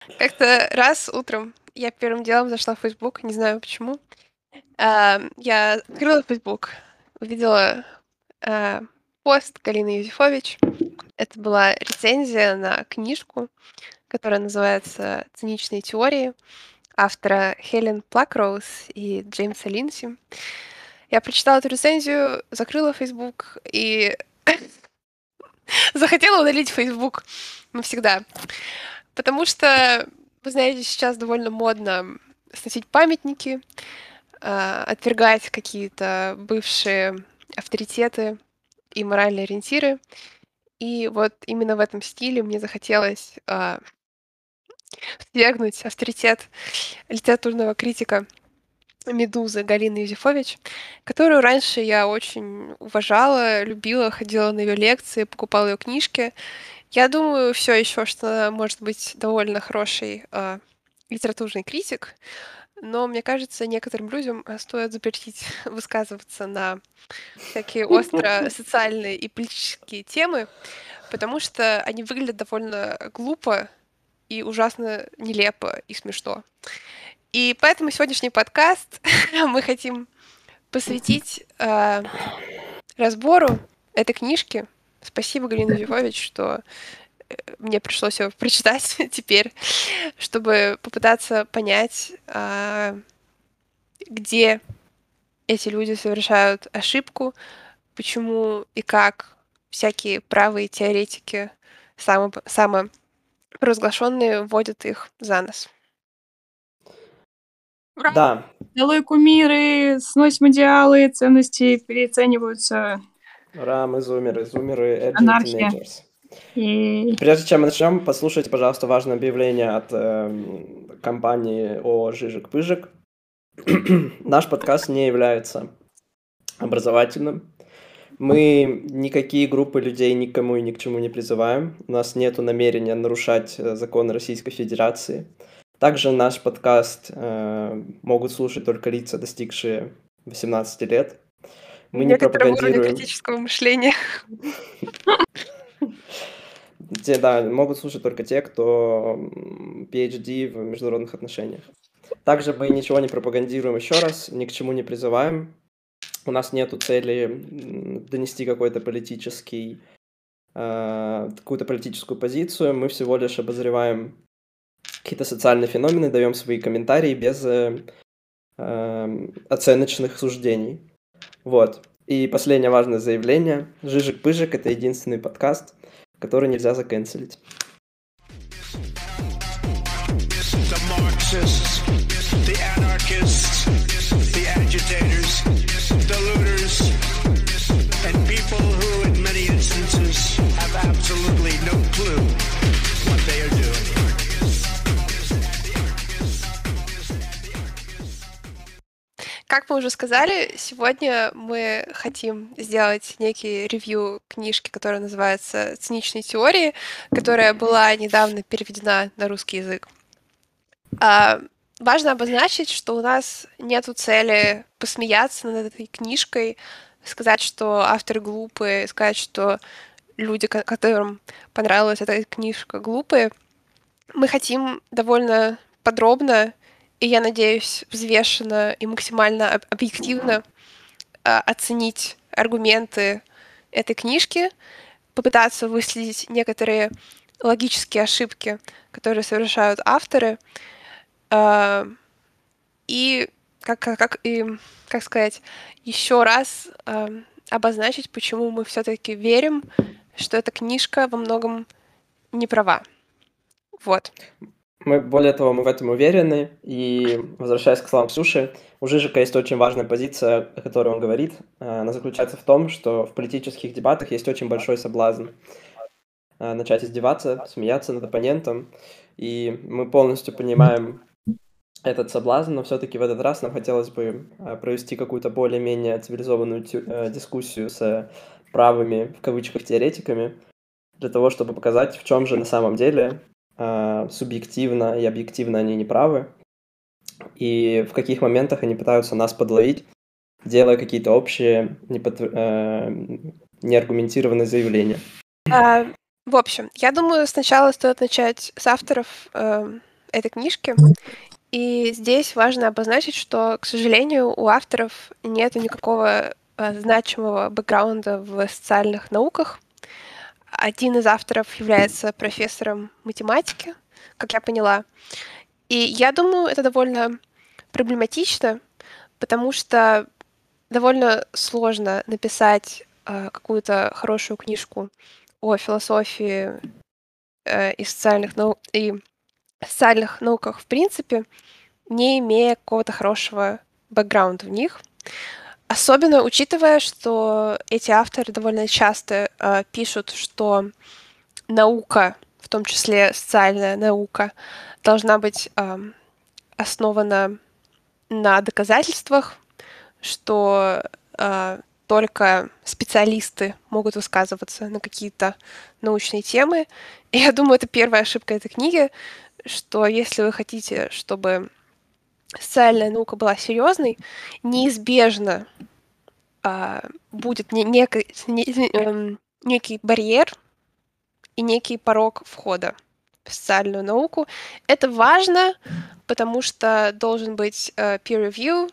Как-то раз утром я первым делом зашла в Facebook, не знаю почему. Я открыла Facebook, увидела а, пост Галины Юзефович. Это была рецензия на книжку, которая называется «Циничные теории» автора Хелен Плакроуз и Джеймса Линси. Я прочитала эту рецензию, закрыла Facebook и захотела удалить Facebook навсегда. Потому что, вы знаете, сейчас довольно модно сносить памятники, отвергать какие-то бывшие авторитеты и моральные ориентиры. И вот именно в этом стиле мне захотелось свергнуть авторитет литературного критика «Медузы» Галины Юзефович, которую раньше я очень уважала, любила, ходила на ее лекции, покупала ее книжки. Я думаю все еще, что она может быть довольно хороший литературный критик, но мне кажется, некоторым людям стоит запретить высказываться на всякие остро социальные и политические темы, потому что они выглядят довольно глупо и ужасно нелепо и смешно. И поэтому сегодняшний подкаст мы хотим посвятить разбору этой книжки. Спасибо, Галина Юзефович, что мне пришлось его прочитать теперь, чтобы попытаться понять, где эти люди совершают ошибку, почему и как всякие правые теоретики, самопровозглашенные, вводят их за нос. Ура! Да, Долой кумиры, сносим идеалы, ценности переоцениваются. ура, мы зумеры, edgy Анархия. teenagers. И Прежде чем мы начнем, послушайте, пожалуйста, важное объявление от компании о Жижик-Пыжик. Наш подкаст не является образовательным. Мы никакие группы людей никому и ни к чему не призываем. У нас нет намерения нарушать законы Российской Федерации. Также наш подкаст могут слушать только лица, достигшие 18 лет. Мы не Некоторого уровня пропагандируем... критического мышления. Да, могут слушать только те, кто PhD в международных отношениях. Также мы ничего не пропагандируем еще раз, ни к чему не призываем. У нас нету цели донести какой-то политический, какую-то политическую позицию. Мы всего лишь обозреваем какие-то социальные феномены, даем свои комментарии без оценочных суждений. Вот. И последнее важное заявление. Жижик-Пыжик — это единственный подкаст, который нельзя заканцелить. The Marxists, the anarchists, the agitators, the looters, and people who in many instances have absolutely no clue what they are doing. Как мы уже сказали, сегодня мы хотим сделать некий ревью книжки, которая называется «Циничные теории», которая была недавно переведена на русский язык. Важно обозначить, что у нас нету цели посмеяться над этой книжкой, сказать, что авторы глупые, сказать, что люди, которым понравилась эта книжка, глупые. Мы хотим довольно подробно и, я надеюсь, взвешенно и максимально объективно оценить аргументы этой книжки, попытаться выследить некоторые логические ошибки, которые совершают авторы, и как сказать, еще раз обозначить, почему мы все-таки верим, что эта книжка во многом не права. Вот. Более того, мы в этом уверены. И, возвращаясь к словам Ксюши, у Жижика есть очень важная позиция, о которой он говорит. Она заключается в том, что в политических дебатах есть очень большой соблазн начать издеваться, смеяться над оппонентом. И мы полностью понимаем этот соблазн, но все-таки в этот раз нам хотелось бы провести какую-то более-менее цивилизованную дискуссию с правыми, в кавычках, теоретиками, для того, чтобы показать, в чем же на самом деле субъективно и объективно они не правы, и в каких моментах они пытаются нас подловить, делая какие-то общие неаргументированные заявления. В общем, я думаю, сначала стоит начать с авторов этой книжки. И здесь важно обозначить, что, к сожалению, у авторов нет никакого значимого бэкграунда в социальных науках. Один из авторов является профессором математики, как я поняла. И я думаю, это довольно проблематично, потому что довольно сложно написать какую-то хорошую книжку о философии и социальных науках в принципе, не имея какого-то хорошего бэкграунда в них. Особенно учитывая, что эти авторы довольно часто пишут, что наука, в том числе социальная наука, должна быть основана на доказательствах, что только специалисты могут высказываться на какие-то научные темы. И я думаю, это первая ошибка этой книги, что если вы хотите, чтобы социальная наука была серьезной, неизбежно будет некий барьер и некий порог входа в социальную науку. Это важно, потому что должен быть peer review,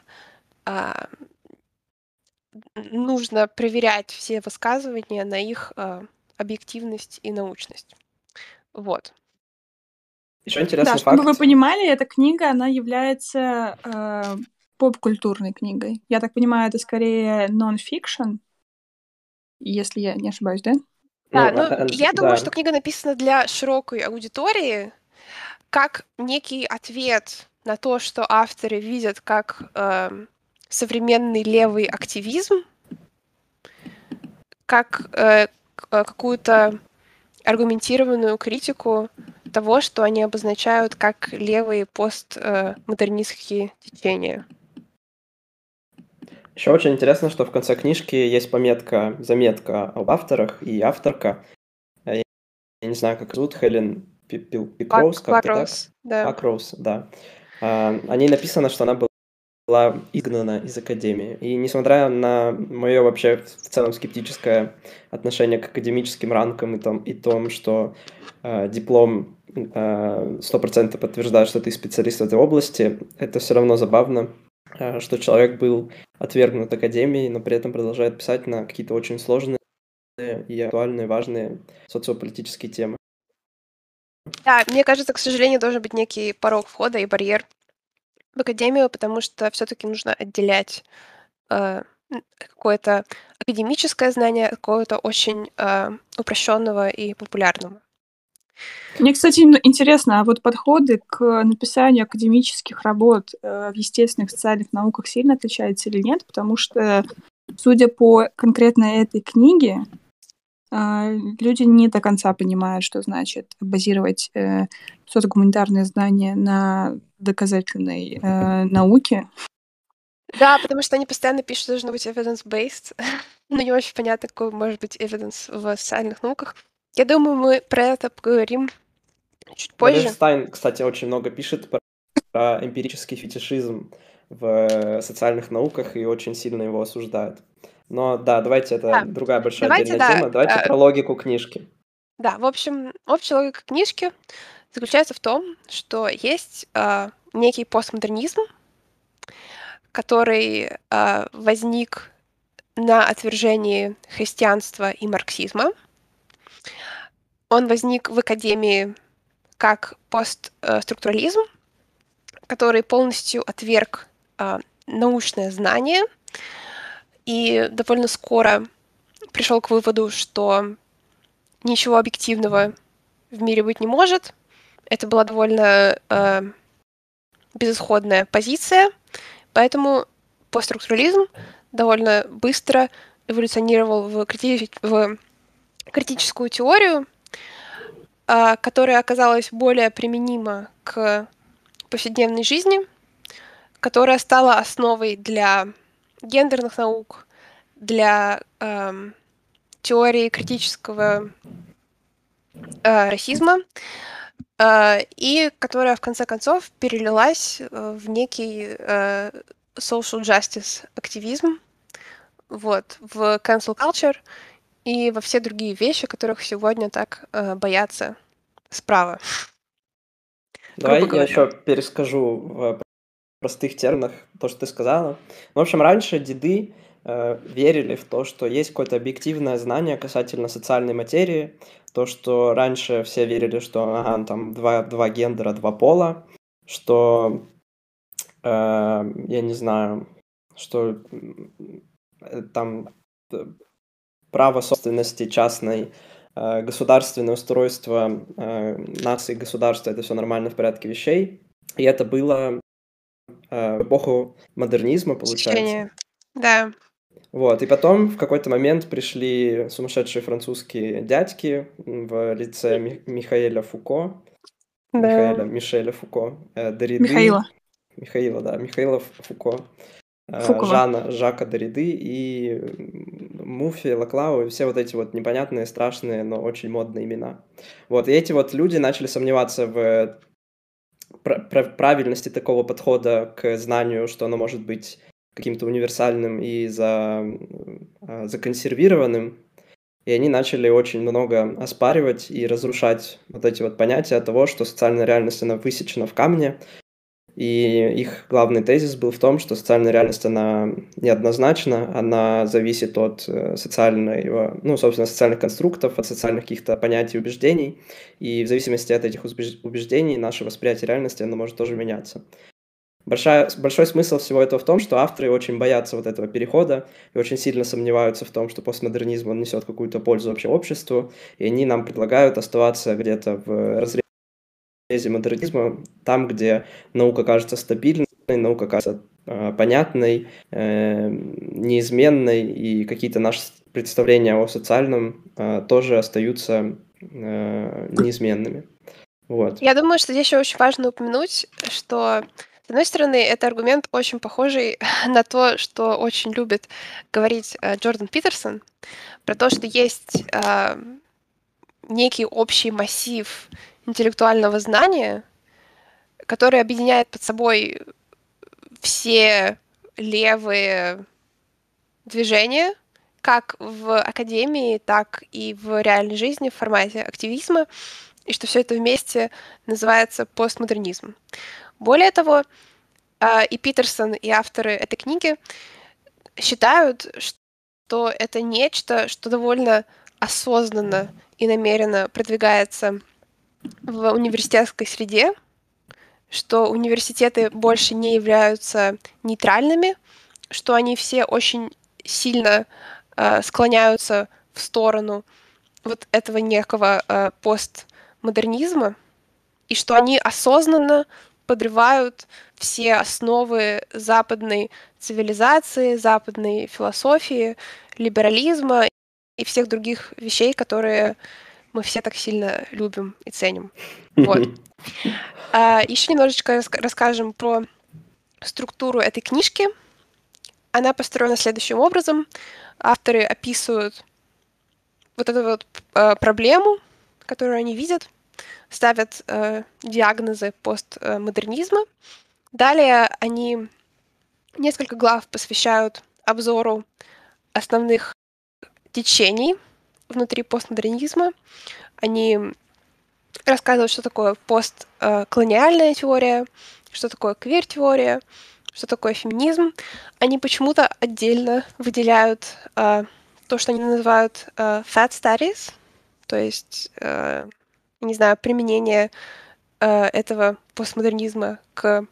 нужно проверять все высказывания на их объективность и научность. Вот. Еще интересный Да, чтобы факт. вы понимали, эта книга, она является поп-культурной книгой. Я так понимаю, это скорее нон-фикшн, если я не ошибаюсь, да? Да, Ну, я думаю, да. что книга написана для широкой аудитории, как некий ответ на то, что авторы видят как современный левый активизм, как какую-то аргументированную критику того, что они обозначают как левые постмодернистские течения. Еще очень интересно, что в конце книжки есть заметка об авторах и авторка. Я не знаю, как зовут, Хелен Пикроуз, как-то так? Пакроуз, да. Пакроуз, да. О ней написано, что она была изгнана из академии. И несмотря на мое вообще в целом скептическое отношение к академическим ранкам и том, что диплом 100% подтверждает, что ты специалист в этой области, это все равно забавно, что человек был отвергнут академией, но при этом продолжает писать на какие-то очень сложные и актуальные, важные социополитические темы. Да, мне кажется, к сожалению, должен быть некий порог входа и барьер в академию, потому что все-таки нужно отделять какое-то академическое знание от какого-то очень упрощенного и популярного. Мне, кстати, интересно, а вот подходы к написанию академических работ в естественных социальных науках сильно отличаются или нет? Потому что, судя по конкретно этой книге, люди не до конца понимают, что значит базировать социогуманитарные знания на доказательной науке. Да, потому что они постоянно пишут, что должно быть evidence-based, но не очень понятно, какой может быть evidence в социальных науках. Я думаю, мы про это поговорим чуть позже. Модест Стайн, кстати, очень много пишет про эмпирический фетишизм в социальных науках и очень сильно его осуждает. Но да, давайте, это другая большая отдельная тема. Давайте про логику книжки. Да, в общем, общая логика книжки заключается в том, что есть некий постмодернизм, который возник на отвержении христианства и марксизма. Он возник в академии как постструктурализм, который полностью отверг научное знание и довольно скоро пришел к выводу, что ничего объективного в мире быть не может. Это была довольно безысходная позиция, поэтому постструктурализм довольно быстро эволюционировал в критическую теорию, которая оказалась более применима к повседневной жизни, которая стала основой для гендерных наук, для теории критического расизма, и которая в конце концов перелилась в некий social justice активизм, вот, в cancel culture и во все другие вещи, которых сегодня так боятся справа. Давай грубо я говоря. еще перескажу в простых терминах то, что ты сказала. В общем, раньше деды верили в то, что есть какое-то объективное знание касательно социальной материи, то, что раньше все верили, что ага, там два гендера, два пола, что, я не знаю, что там право собственности частной, государственное устройство нации, государства, это все нормально в порядке вещей. И это было в эпоху модернизма, получается. Течение. Да. Вот, и потом в какой-то момент пришли сумасшедшие французские дядьки в лице Михаэля Фуко, Да. Мишеля Фуко, Derrida, Михаила Фуко, Фукова. Жака Derrida и Муфи, Лаклау, и все вот эти вот непонятные, страшные, но очень модные имена. Вот, и эти вот люди начали сомневаться в правильности такого подхода к знанию, что оно может быть каким-то универсальным и законсервированным, и они начали очень много оспаривать и разрушать вот эти вот понятия того, что социальная реальность, она высечена в камне, и их главный тезис был в том, что социальная реальность, она неоднозначна, она зависит от собственно, социальных конструктов, от социальных каких-то понятий, убеждений, и в зависимости от этих убеждений наше восприятие реальности, оно может тоже меняться. Большой смысл всего этого в том, что авторы очень боятся вот этого перехода и очень сильно сомневаются в том, что постмодернизм, он несет какую-то пользу вообще обществу, и они нам предлагают оставаться где-то в разрезе модернизма, там, где наука кажется стабильной, наука кажется понятной, неизменной, и какие-то наши представления о социальном тоже остаются неизменными. Вот. Я думаю, что здесь еще очень важно упомянуть, что, с одной стороны, это аргумент очень похожий на то, что очень любит говорить Джордан Питерсон, про то, что есть некий общий массив интеллектуального знания, который объединяет под собой все левые движения, как в академии, так и в реальной жизни в формате активизма, и что все это вместе называется постмодернизм. Более того, и Питерсон, и авторы этой книги считают, что это нечто, что довольно осознанно и намеренно продвигается в университетской среде, что университеты больше не являются нейтральными, что они все очень сильно склоняются в сторону вот этого некого постмодернизма, и что они осознанно подрывают все основы западной цивилизации, западной философии, либерализма и всех других вещей, которые мы все так сильно любим и ценим. Вот. Еще немножечко расскажем про структуру этой книжки. Она построена следующим образом. Авторы описывают вот эту вот проблему, которую они видят, ставят диагнозы постмодернизма. Далее они несколько глав посвящают обзору основных течений внутри постмодернизма. Они рассказывают, что такое постколониальная теория, что такое квир-теория, что такое феминизм. Они почему-то отдельно выделяют то, что они называют fat studies, то есть, не знаю, применение этого постмодернизма к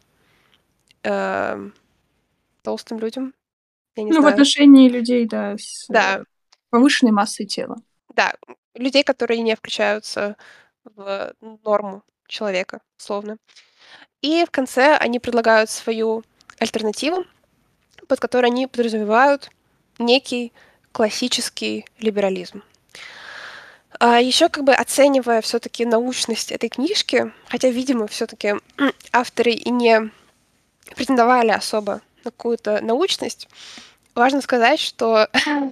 толстым людям. Я не в знаю. отношении людей, да, с Да, повышенной массой тела. да, людей, которые не включаются в норму человека, условно. И в конце они предлагают свою альтернативу, под которой они подразумевают некий классический либерализм. Еще оценивая все-таки научность этой книжки, хотя, видимо, все-таки авторы и не претендовали особо на какую-то научность, важно сказать, что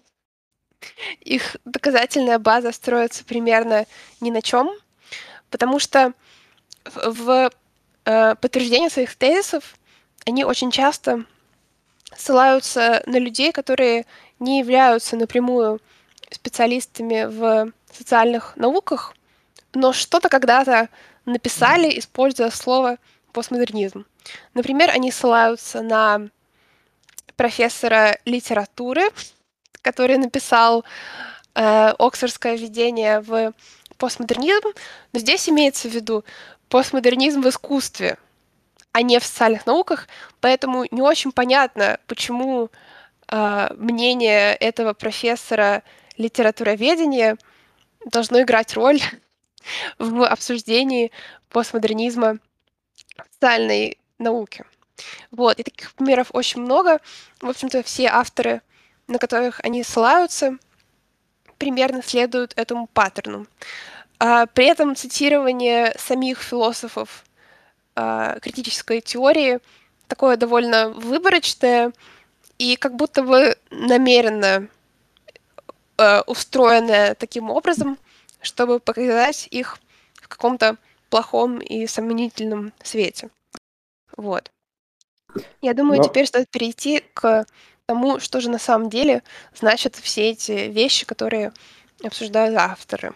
их доказательная база строится примерно ни на чем, потому что в подтверждение своих тезисов они очень часто ссылаются на людей, которые не являются напрямую специалистами в социальных науках, но что-то когда-то написали, используя слово постмодернизм. Например, они ссылаются на профессора литературы, который написал Оксфордское введение в постмодернизм, но здесь имеется в виду постмодернизм в искусстве, а не в социальных науках, поэтому не очень понятно, почему мнение этого профессора литературоведения должно играть роль в обсуждении постмодернизма в социальной науке. Вот, и таких примеров очень много. В общем-то, все авторы, на которых они ссылаются, примерно следуют этому паттерну. При этом цитирование самих философов критической теории такое довольно выборочное и как будто бы намеренно устроенное таким образом, чтобы показать их в каком-то плохом и сомнительном свете. Вот. Я думаю, теперь стоит перейти к тому, что же на самом деле значат все эти вещи, которые обсуждают авторы.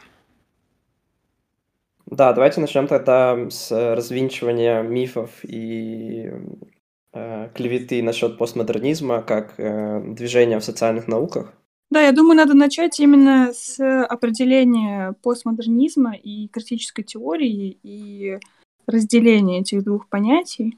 Да, давайте начнем тогда с развенчивания мифов и клеветы насчет постмодернизма как движения в социальных науках. Да, я думаю, надо начать именно с определения постмодернизма и критической теории и разделения этих двух понятий.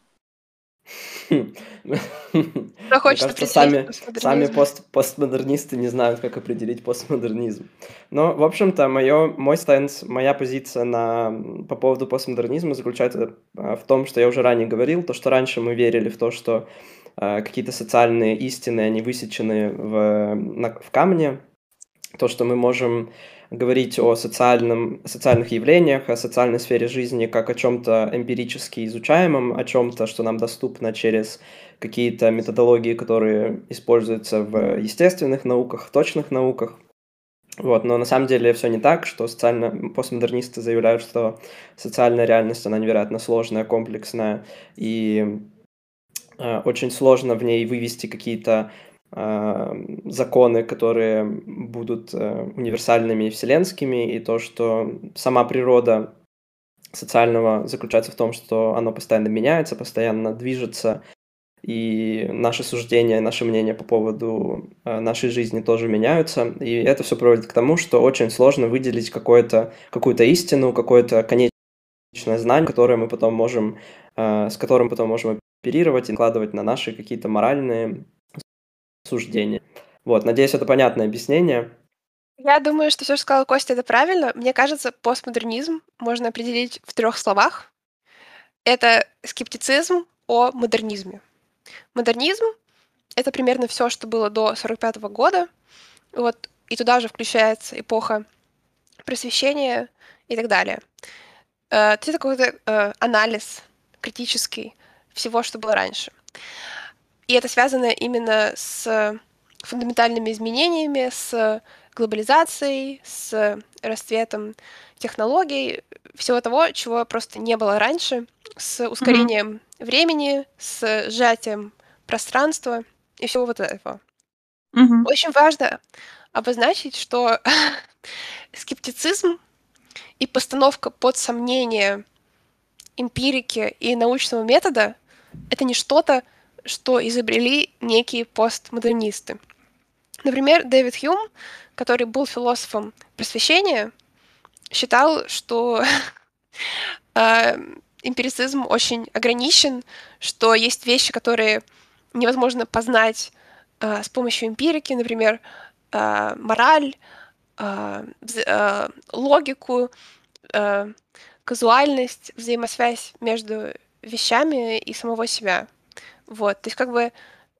Кто хочет кажется, определить сами постмодернизм? постмодернисты не знают, как определить постмодернизм. Но, в общем-то, мой стенд, моя позиция по поводу постмодернизма заключается в том, что я уже ранее говорил, то, что раньше мы верили в то, что какие-то социальные истины, они высечены в камне, то, что мы можем говорить о социальных явлениях, о социальной сфере жизни как о чем-то эмпирически изучаемом, о чем-то, что нам доступно через какие-то методологии, которые используются в естественных науках, в точных науках. Вот, но на самом деле все не так, что постмодернисты заявляют, что социальная реальность, она невероятно сложная, комплексная, и очень сложно в ней вывести какие-то законы, которые будут универсальными и вселенскими, и то, что сама природа социального заключается в том, что оно постоянно меняется, постоянно движется, и наши суждения, наши мнения по поводу нашей жизни тоже меняются, и это все приводит к тому, что очень сложно выделить какую-то истину, какое-то конечное знание, с которым мы потом можем оперировать и накладывать на наши какие-то моральные суждения. Вот, надеюсь, это понятное объяснение. Я думаю, что все, что сказал Костя, это правильно. Мне кажется, постмодернизм можно определить в 3 словах. Это скептицизм о модернизме. Модернизм — это примерно все, что было до 1945 года. Вот, и туда же включается эпоха просвещения и так далее. Это какой-то анализ критический всего, что было раньше. И это связано именно с фундаментальными изменениями, с глобализацией, с расцветом технологий, всего того, чего просто не было раньше, с ускорением времени, с сжатием пространства и всего вот этого. Очень важно обозначить, что скептицизм и постановка под сомнение эмпирики и научного метода — это не что-то, что изобрели некие постмодернисты. Например, Дэвид Хьюм, который был философом просвещения, считал, что эмпирицизм очень ограничен, что есть вещи, которые невозможно познать с помощью эмпирики, например, мораль, логику, казуальность, взаимосвязь между вещами и самого себя. Вот, то есть как бы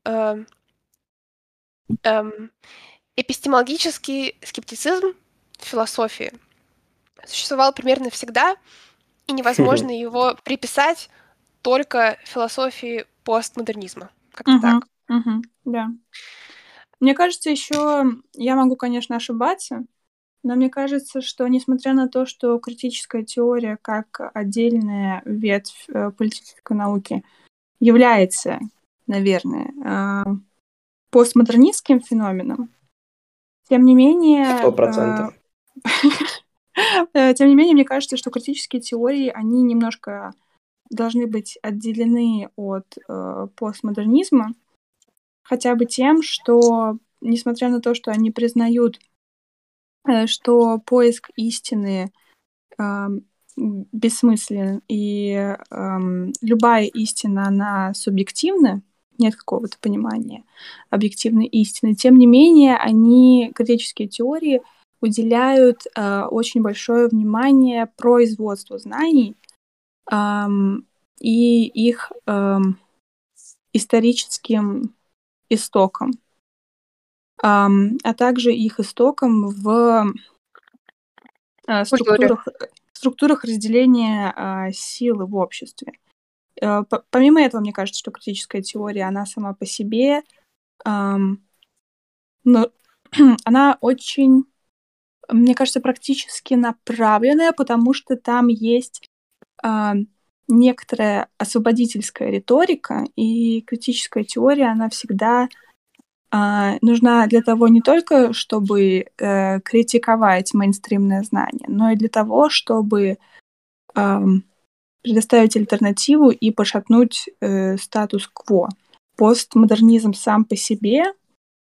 эпистемологический скептицизм в философии существовал примерно всегда, и невозможно его приписать только философии постмодернизма. Как-то так. Да. Мне кажется, еще я могу, конечно, ошибаться, но мне кажется, что несмотря на то, что критическая теория как отдельная ветвь политической науки является, наверное, постмодернистским феноменом, тем не менее... 100%. Тем не менее, мне кажется, что критические теории, они немножко должны быть отделены от постмодернизма, хотя бы тем, что, несмотря на то, что они признают, что поиск истины бессмыслен, и любая истина, она субъективна, нет какого-то понимания объективной истины. Тем не менее, критические теории уделяют очень большое внимание производству знаний и их историческим истокам, а также их истокам в структурах разделения силы в обществе. Помимо этого, мне кажется, что критическая теория, она сама по себе, но она очень, мне кажется, практически направленная, потому что там есть некоторая освободительская риторика, и критическая теория, она всегда нужна для того не только, чтобы критиковать мейнстримное знание, но и для того, чтобы предоставить альтернативу и пошатнуть статус-кво. Постмодернизм сам по себе,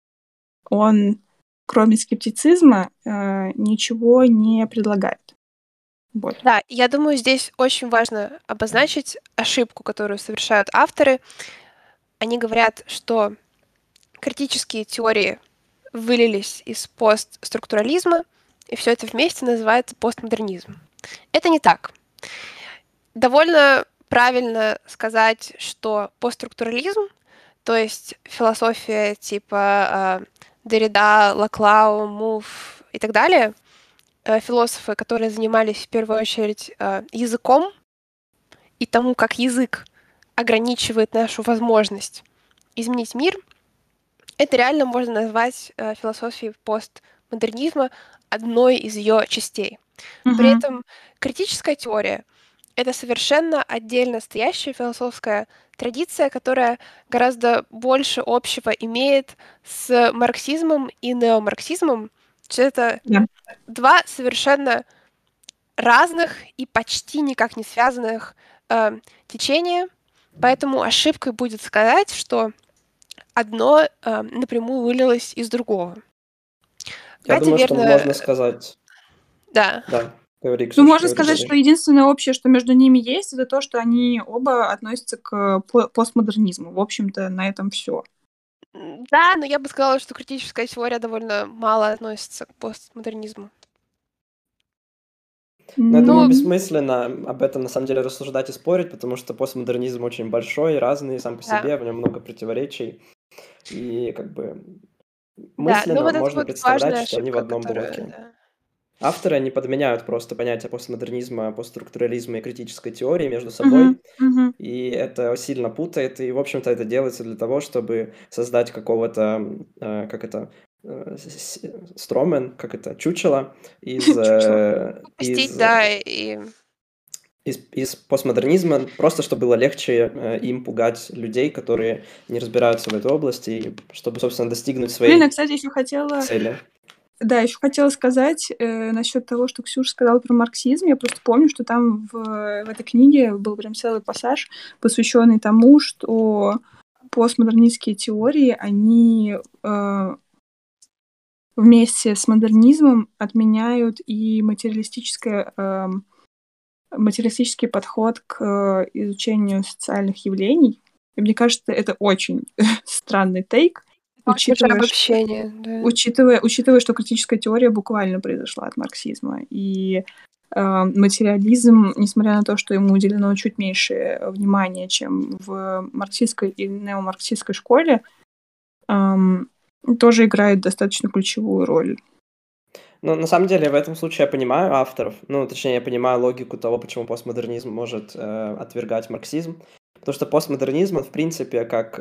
он, кроме скептицизма, ничего не предлагает. Вот. Да, я думаю, здесь очень важно обозначить ошибку, которую совершают авторы. Они говорят, что критические теории вылились из постструктурализма, и все это вместе называется постмодернизм. Это не так. Довольно правильно сказать, что постструктурализм, то есть философия типа Деррида, Лаклау, Муф и так далее, философы, которые занимались в первую очередь языком и тому, как язык ограничивает нашу возможность изменить мир, это реально можно назвать философией постмодернизма одной из ее частей. При этом критическая теория — это совершенно отдельно стоящая философская традиция, которая гораздо больше общего имеет с марксизмом и неомарксизмом. Это два совершенно разных и почти никак не связанных течения, поэтому ошибкой будет сказать, что одно напрямую вылилось из другого. Я думаю, что можно сказать... Да. Говори, Ксюша, можно сказать, что единственное общее, что между ними есть, это то, что они оба относятся к постмодернизму. В общем-то, на этом все. Да, но я бы сказала, что критическая теория довольно мало относится к постмодернизму. Но я думаю, бессмысленно об этом на самом деле рассуждать и спорить, потому что постмодернизм очень большой, разный сам по себе, в нем много противоречий. И как бы мысленно можно представлять, что они в одном блоке. Авторы, они подменяют просто понятия постмодернизма, постструктурализма и критической теории между собой, и это сильно путает, и, в общем-то, это делается для того, чтобы создать какого-то, стромен, чучело из постмодернизма, просто чтобы было легче им пугать людей, которые не разбираются в этой области, и чтобы, собственно, достигнуть своей кстати, еще хотела... цели. Да, еще хотела сказать насчет того, что Ксюша сказала про марксизм. Я просто помню, что там в этой книге был прям целый пассаж, посвященный тому, что постмодернистские теории, они вместе с модернизмом отменяют и материалистический подход к изучению социальных явлений. И мне кажется, это очень странный тейк. Учитывая, что критическая теория буквально произошла от марксизма. И материализм, несмотря на то, что ему уделено чуть меньше внимания, чем в марксистской и неомарксистской школе, тоже играет достаточно ключевую роль. Ну, на самом деле, в этом случае я понимаю авторов. Точнее, я понимаю логику того, почему постмодернизм может отвергать марксизм. Потому что постмодернизм, он, в принципе, как...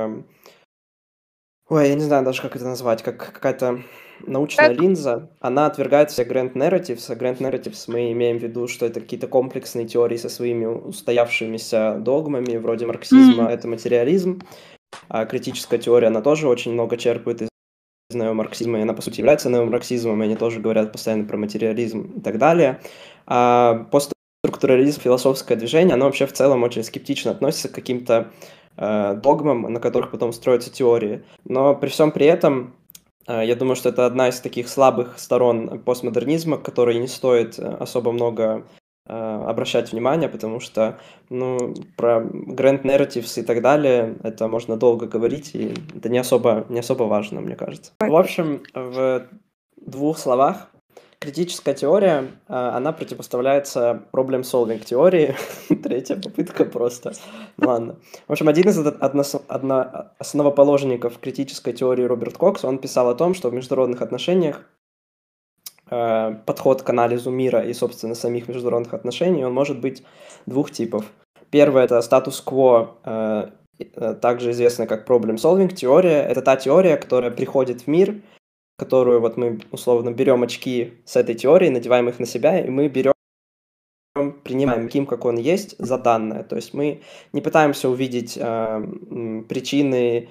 я не знаю даже, как это назвать, как какая-то научная линза, она отвергает все grand narratives, а grand narratives мы имеем в виду, что это какие-то комплексные теории со своими устоявшимися догмами, вроде марксизма, это материализм, а критическая теория, она тоже очень много черпает из неомарксизма, и она, по сути, является неомарксизмом, и они тоже говорят постоянно про материализм и так далее. А постструктурализм, философское движение, оно вообще в целом очень скептично относится к каким-то догмам, на которых потом строятся теории. Но при всем при этом, я думаю, что это одна из таких слабых сторон постмодернизма, которой не стоит особо много обращать внимание, потому что, про grand narratives и так далее, это можно долго говорить, и это не особо важно, мне кажется. В общем, в 2 словах, критическая теория, она противопоставляется problem-solving теории. 3-я попытка просто. Ладно. В общем, один из основоположников критической теории Роберт Кокс, он писал о том, что в международных отношениях подход к анализу мира и, собственно, самих международных отношений, он может быть 2 типов. Первое – это статус-кво, также известная как problem-solving теория. Это та теория, которая приходит в мир, которую вот мы, условно, берем очки с этой теории, надеваем их на себя, и мы принимаем таким, как он есть, за данное. То есть мы не пытаемся увидеть причины,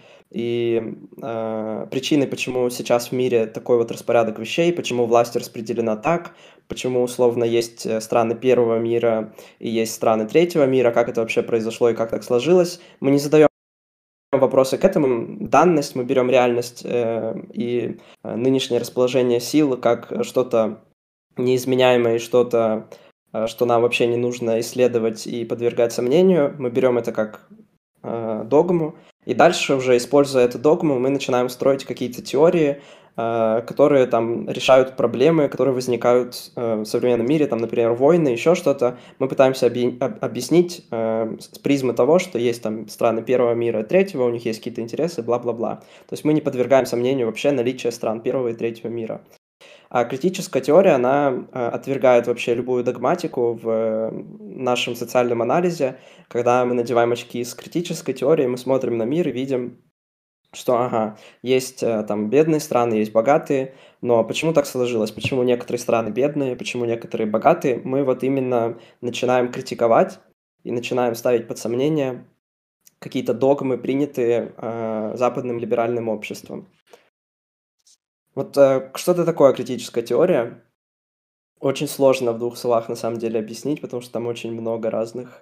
почему сейчас в мире такой вот распорядок вещей, почему власть распределена так, почему, условно, есть страны первого мира и есть страны третьего мира, как это вообще произошло и как так сложилось. Мы не задаем вопросы к этому. Данность, мы берем реальность и нынешнее расположение сил как что-то неизменяемое, что-то, что нам вообще не нужно исследовать и подвергать сомнению. Мы берем это как догму, и дальше уже, используя эту догму, мы начинаем строить какие-то теории, которые там решают проблемы, которые возникают в современном мире, там, например, войны, еще что-то. Мы пытаемся объяснить с призмы того, что есть там страны первого мира и третьего, у них есть какие-то интересы, бла-бла-бла. То есть мы не подвергаем сомнению вообще наличие стран первого и третьего мира. А критическая теория, она отвергает вообще любую догматику в нашем социальном анализе. Когда мы надеваем очки с критической теорией, мы смотрим на мир и видим, что, есть там бедные страны, есть богатые, но почему так сложилось? Почему некоторые страны бедные, почему некоторые богатые? Мы вот именно начинаем критиковать и начинаем ставить под сомнение какие-то догмы, принятые западным либеральным обществом. Вот что-то такое критическая теория. Очень сложно в 2 словах на самом деле объяснить, потому что там очень много разных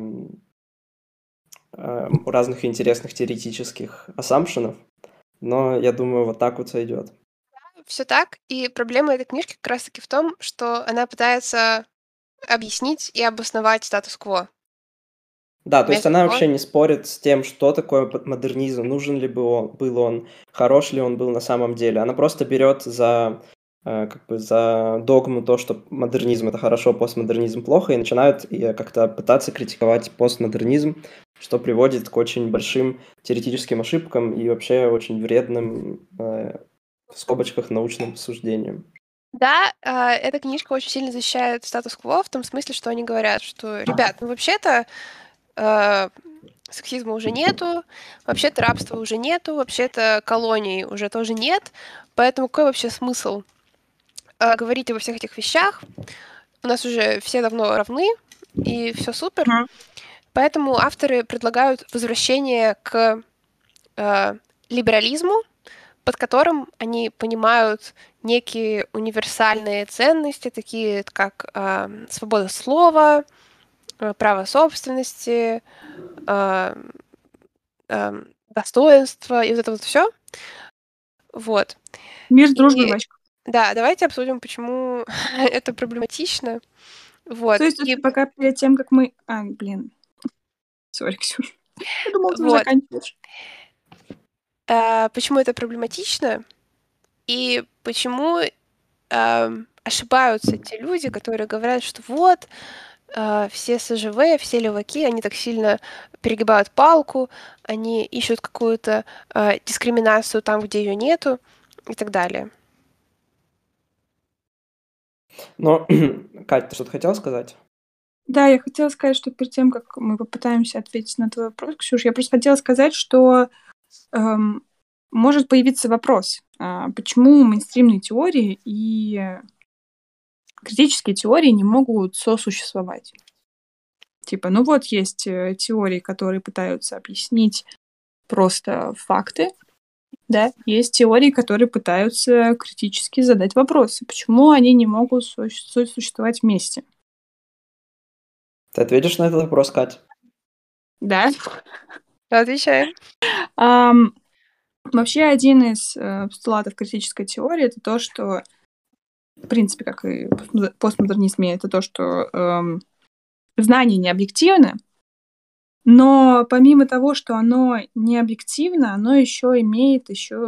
интересных теоретических ассампшенов, но я думаю, вот так вот сойдет. Все так. И проблема этой книжки как раз-таки в том, что она пытается объяснить и обосновать статус-кво. Да, то есть Вместо она того- вообще не спорит с тем, что такое модернизм, нужен ли был он, хорош ли он был на самом деле. Она просто берет за догму то, что модернизм это хорошо, постмодернизм плохо, и начинают как-то пытаться критиковать постмодернизм, что приводит к очень большим теоретическим ошибкам и вообще очень вредным, в скобочках, научным суждениям. Да, эта книжка очень сильно защищает статус-кво в том смысле, что они говорят, что, ребят, вообще-то сексизма уже нету, вообще-то рабства уже нету, вообще-то колоний уже тоже нет, поэтому какой вообще смысл говорить обо всех этих вещах? У нас уже все давно равны, и все супер. Поэтому авторы предлагают возвращение к либерализму, под которым они понимают некие универсальные ценности, такие как свобода слова, право собственности, достоинство и вот это вот все. Вот. Мир, дружба, бачка. Да, давайте обсудим, почему это проблематично. Вот. То есть пока перед тем, как мы... Сори, Ксюш. Я думала, ты уже заканчиваешь. Почему это проблематично? И почему ошибаются те люди, которые говорят, что вот, все СЖВ, все леваки, они так сильно перегибают палку, они ищут какую-то дискриминацию там, где ее нету, и так далее. Но, Кать, ты что-то хотела сказать? Да, я хотела сказать, что перед тем, как мы попытаемся ответить на твой вопрос, Ксюш, я просто хотела сказать, что может появиться вопрос, почему мейнстримные теории и критические теории не могут сосуществовать. Типа, вот есть теории, которые пытаются объяснить просто факты, Да, есть теории, которые пытаются критически задать вопросы, почему они не могут существовать вместе. Ты ответишь на этот вопрос, Кать? Да. Отвечаем. Вообще, один из постулатов критической теории — это то, что, в принципе, как и в постмодернизме, это то, что знание не объективно, но помимо того, что оно не объективно, оно еще имеет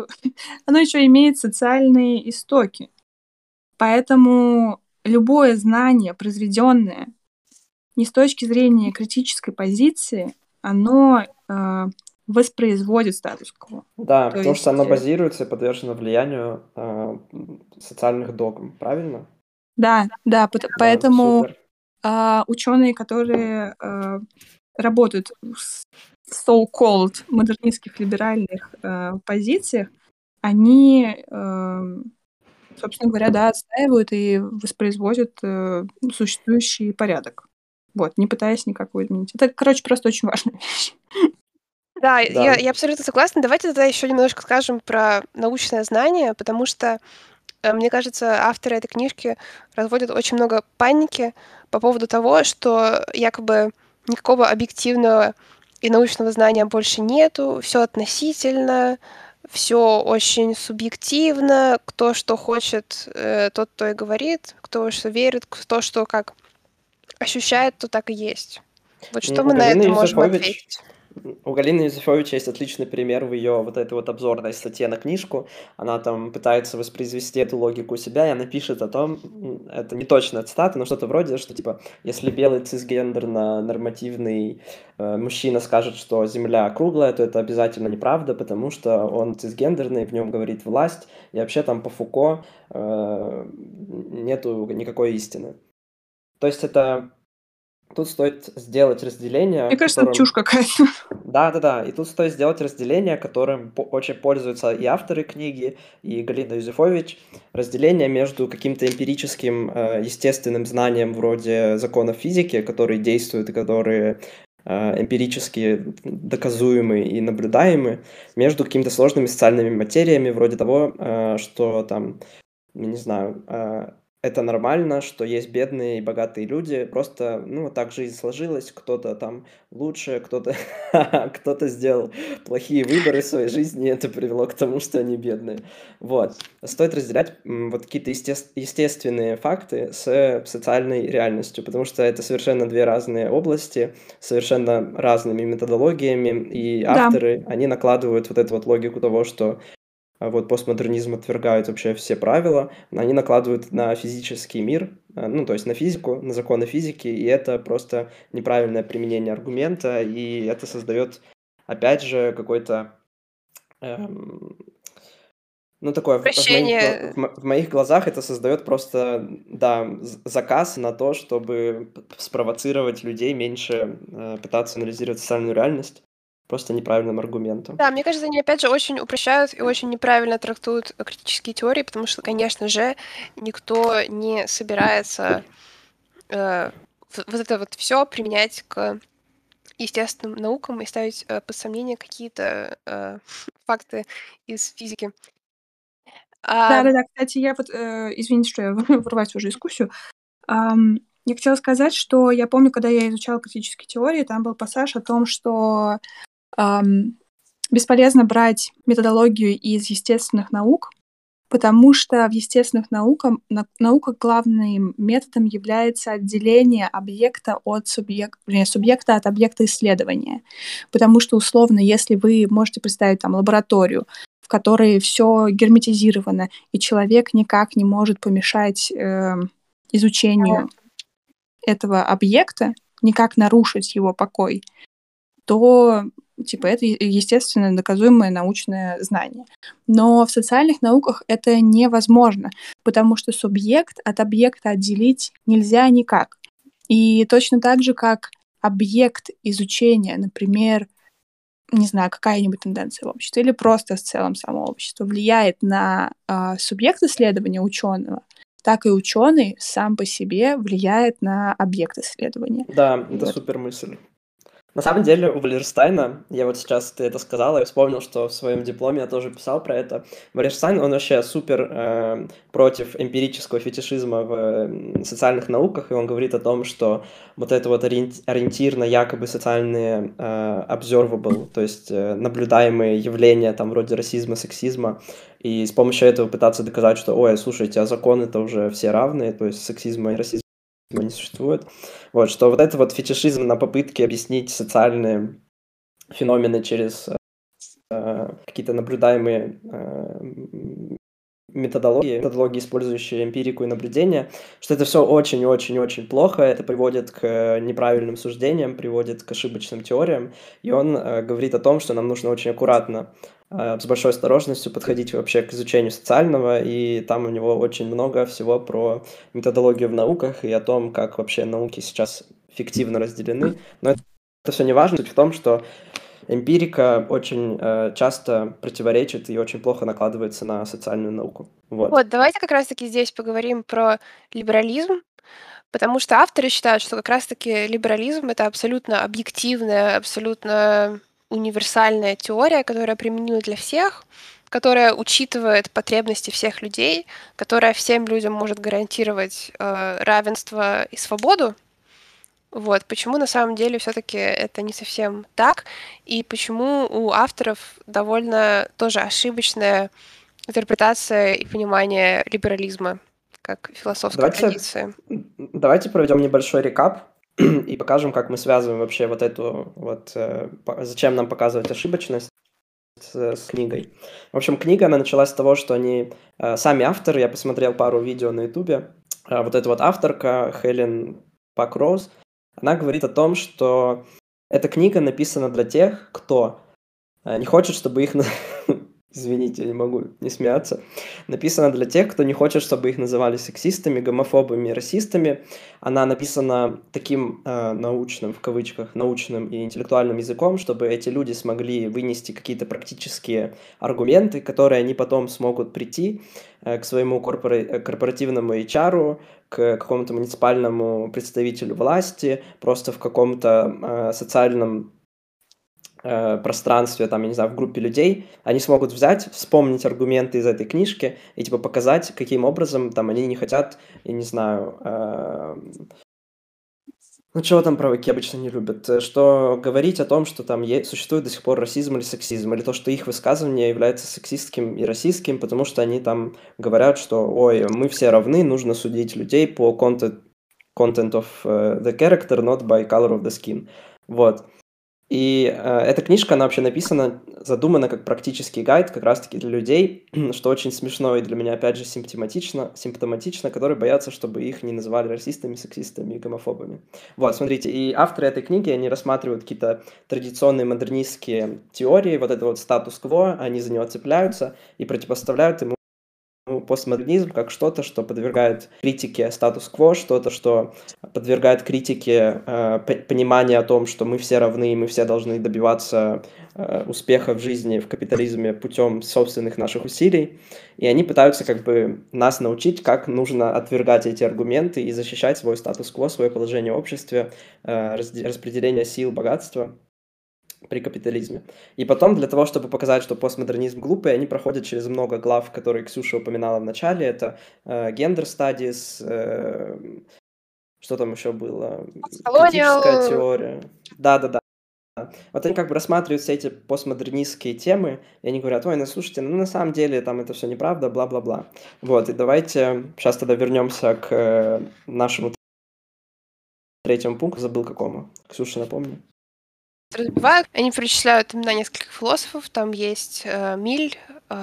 социальные истоки. Поэтому любое знание, произведенное не с точки зрения критической позиции, оно воспроизводит статус-кво. Да, То потому что оно есть, базируется и подвержено влиянию социальных догм, правильно? да, Да, поэтому супер. ученые, которые работают в so-called модернистских либеральных позициях, они, собственно говоря, да, отстаивают и воспроизводят существующий порядок. Вот, не пытаясь никак его изменить. Это, короче, просто очень важная вещь. Да, Да. я абсолютно согласна. Давайте тогда еще немножко скажем про научное знание, потому что, мне кажется, авторы этой книжки разводят очень много паники по поводу того, что якобы никакого объективного и научного знания больше нету, все относительно, все очень субъективно, кто что хочет, тот то и говорит, кто что верит, кто что как ощущает, то так и есть. Вот что У мы на Галины это можем Юзефович, ответить? у Галины Юзефович есть отличный пример в ее вот этой вот обзорной статье на книжку. Она там пытается воспроизвести эту логику у себя, и она пишет о том, это не точная цитата, но что-то вроде, что типа, если белый цисгендерно-нормативный мужчина скажет, что Земля круглая, то это обязательно неправда, потому что он цисгендерный, в нем говорит власть, и вообще там по Фуко нету никакой истины. То есть это... Тут стоит сделать разделение, Мне кажется, это которым... чушь какая-то. Да, и тут стоит сделать разделение, которым очень пользуются и авторы книги, и Галина Юзефович. Разделение между каким-то эмпирическим, естественным знанием вроде законов физики, которые действуют и которые эмпирически доказуемы и наблюдаемы, между какими-то сложными социальными материями, вроде того, что там, я не знаю, это нормально, что есть бедные и богатые люди, просто, ну, так жизнь сложилась, кто-то там лучше, кто-то кто-то сделал плохие выборы в своей жизни, и это привело к тому, что они бедные. Вот. Стоит разделять вот какие-то естественные факты с социальной реальностью, потому что это совершенно две разные области, совершенно разными методологиями, и Да. авторы, они накладывают вот эту вот логику того, что вот постмодернизм отвергает вообще все правила, они накладывают на физический мир, ну, то есть на физику, на законы физики, и это просто неправильное применение аргумента, и это создает, опять же, какой-то, ну, такое, Прощение. в моих глазах это создает просто, да, заказ на то, чтобы спровоцировать людей меньше пытаться анализировать социальную реальность просто неправильным аргументом. Да, мне кажется, они опять же очень упрощают и очень неправильно трактуют критические теории, потому что, конечно же, никто не собирается вот это вот все применять к естественным наукам и ставить под сомнение какие-то факты из физики. Да. Кстати, я вот, извините, что я врываюсь в уже дискуссию. Я хотела сказать, что я помню, когда я изучала критические теории, там был пассаж о том, что бесполезно брать методологию из естественных наук, потому что в естественных науках главным методом является отделение объекта от субъекта от объекта исследования. Потому что, условно, если вы можете представить там лабораторию, в которой все герметизировано, и человек никак не может помешать изучению этого объекта, никак нарушить его покой, то типа это естественно доказуемое научное знание. Но в социальных науках это невозможно, потому что субъект от объекта отделить нельзя никак. И точно так же, как объект изучения, например, не знаю, какая-нибудь тенденция в обществе, или просто в целом само общество влияет на субъект исследования ученого, так и ученый сам по себе влияет на объект исследования. Да, это Вот. супер мысль. На самом деле у Валерстайна, я вот сейчас ты это сказала, я вспомнил, что в своем дипломе я тоже писал про это. Валерстайн, он вообще супер против эмпирического фетишизма в социальных науках, и он говорит о том, что вот это вот ориентир на якобы социальные observable, то есть наблюдаемые явления там вроде расизма, сексизма, и с помощью этого пытаться доказать, что, ой, слушайте, а законы-то уже все равные, то есть сексизма и расизма не существует. Вот, что вот это вот фетишизм на попытке объяснить социальные феномены через какие-то наблюдаемые методологии, использующие эмпирику и наблюдение, что это все очень-очень-очень плохо, это приводит к неправильным суждениям, приводит к ошибочным теориям, и он говорит о том, что нам нужно очень аккуратно, с большой осторожностью подходить вообще к изучению социального, и там у него очень много всего про методологию в науках и о том, как вообще науки сейчас фиктивно разделены. Но это все не важно. Суть в том, что эмпирика очень часто противоречит и очень плохо накладывается на социальную науку. Вот, давайте как раз-таки здесь поговорим про либерализм, потому что авторы считают, что как раз-таки либерализм — это абсолютно объективная, абсолютно универсальная теория, которая применима для всех, которая учитывает потребности всех людей, которая всем людям может гарантировать равенство и свободу. Вот, почему на самом деле все-таки это не совсем так, и почему у авторов довольно тоже ошибочная интерпретация и понимание либерализма как философской традиции. Давайте проведем небольшой рекап и покажем, как мы связываем вообще вот эту вот, зачем нам показывать ошибочность с книгой. В общем, книга, она началась с того, что они, сами авторы, я посмотрел пару видео на ютубе, вот эта вот авторка Хелен Пак-Роуз, она говорит о том, что эта книга написана для тех, кто не хочет, чтобы их... Извините, я не могу не смеяться. Написана для тех, кто не хочет, чтобы их называли сексистами, гомофобами, расистами. Она написана таким научным, в кавычках, научным и интеллектуальным языком, чтобы эти люди смогли вынести какие-то практические аргументы, которые они потом смогут прийти к своему корпоративному HR, к какому-то муниципальному представителю власти, просто в каком-то социальном пространстве, там, я не знаю, в группе людей, они смогут взять, вспомнить аргументы из этой книжки и, типа, показать, каким образом, там, они не хотят, я не знаю, ну, чего там праваки обычно не любят, что говорить о том, что там существует до сих пор расизм или сексизм, или то, что их высказывание является сексистским и расистским, потому что они там говорят, что, ой, мы все равны, нужно судить людей по content of the character, not by color of the skin. Вот. И эта книжка, она вообще написана, задумана как практический гайд как раз-таки для людей, что очень смешно и для меня, опять же, симптоматично, которые боятся, чтобы их не называли расистами, сексистами и гомофобами. Вот, смотрите, и авторы этой книги, они рассматривают какие-то традиционные модернистские теории, вот это вот статус-кво, они за него цепляются и противоставляют ему постмодернизм как что-то, что подвергает критике статус-кво, что-то, что подвергает критике понимания о том, что мы все равны, и мы все должны добиваться успеха в жизни, в капитализме путем собственных наших усилий. И они пытаются как бы нас научить, как нужно отвергать эти аргументы и защищать свой статус-кво, свое положение в обществе, распределение сил, богатства при капитализме. И потом, для того, чтобы показать, что постмодернизм глупый, они проходят через много глав, которые Ксюша упоминала в начале. Это гендер стадис, что там еще было? Критическая теория. Да. Вот они как бы рассматривают все эти постмодернистские темы, и они говорят, ой, ну слушайте, ну на самом деле там это все неправда, бла-бла-бла. Вот, и давайте сейчас тогда вернемся к нашему третьему пункту, забыл какому. Ксюша, напомни. Разбивают. Они перечисляют имена нескольких философов. Там есть Миль,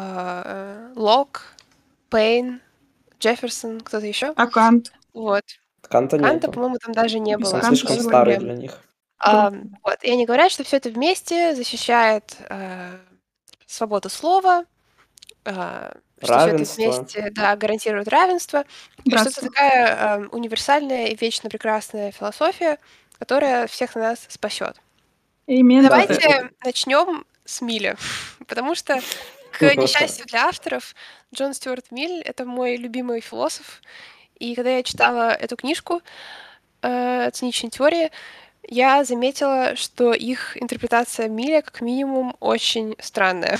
Лок, Пейн, Джефферсон, кто-то еще. А Кант? Вот. Канта, по-моему, там даже не было. Он слишком старый для них. Вот. И они говорят, что все это вместе защищает свободу слова, что все это вместе гарантирует равенство. И что это такая универсальная и вечно прекрасная философия, которая всех нас спасет. Давайте начнем с Миля, потому что, к несчастью для авторов, Джон Стюарт Миль — это мой любимый философ, и когда я читала эту книжку «Циничная теория», я заметила, что их интерпретация Миля, как минимум, очень странная.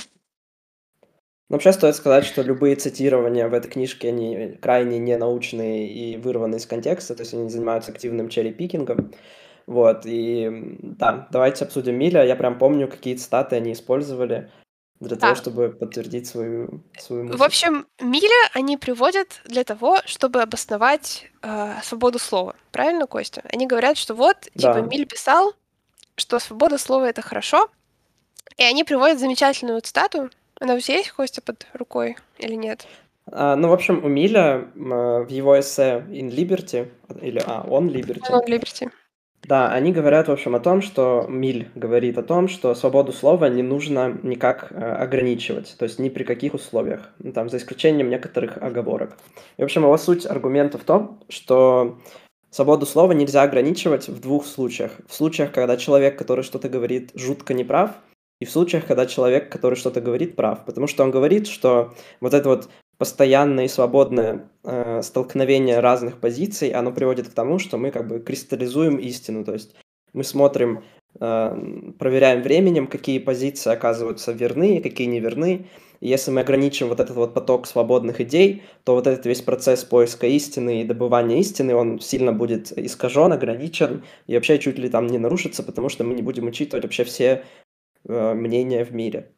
Но вообще стоит сказать, что любые цитирования в этой книжке, они крайне ненаучные и вырваны из контекста, то есть они занимаются активным черри-пикингом. Вот, и да, давайте обсудим Миля. Я прям помню, какие цитаты они использовали для того, Да. чтобы подтвердить свою В мысль. общем, Миля они приводят для того, чтобы обосновать свободу слова. Правильно, Костя? Они говорят, что вот, типа, Да. Миль писал, что свобода слова — это хорошо, и они приводят замечательную цитату. Она у тебя есть, Костя, под рукой или нет? Ну, в общем, у Миля в его эссе «In Liberty» или «On Liberty», On Liberty. да, они говорят, в общем, о том, что Миль говорит о том, что свободу слова не нужно никак ограничивать, то есть ни при каких условиях, ну, там, за исключением некоторых оговорок. И, в общем, его суть аргумента в том, что свободу слова нельзя ограничивать в двух случаях. В случаях, когда человек, который что-то говорит, жутко неправ, и в случаях, когда человек, который что-то говорит, прав. Потому что он говорит, что вот это вот постоянное и свободное столкновение разных позиций, оно приводит к тому, что мы как бы кристаллизуем истину. То есть мы смотрим, проверяем временем, какие позиции оказываются верны, какие не верны. И если мы ограничим вот этот вот поток свободных идей, то вот этот весь процесс поиска истины и добывания истины, он сильно будет искажен, ограничен, и вообще чуть ли там не нарушится, потому что мы не будем учитывать вообще все мнения в мире.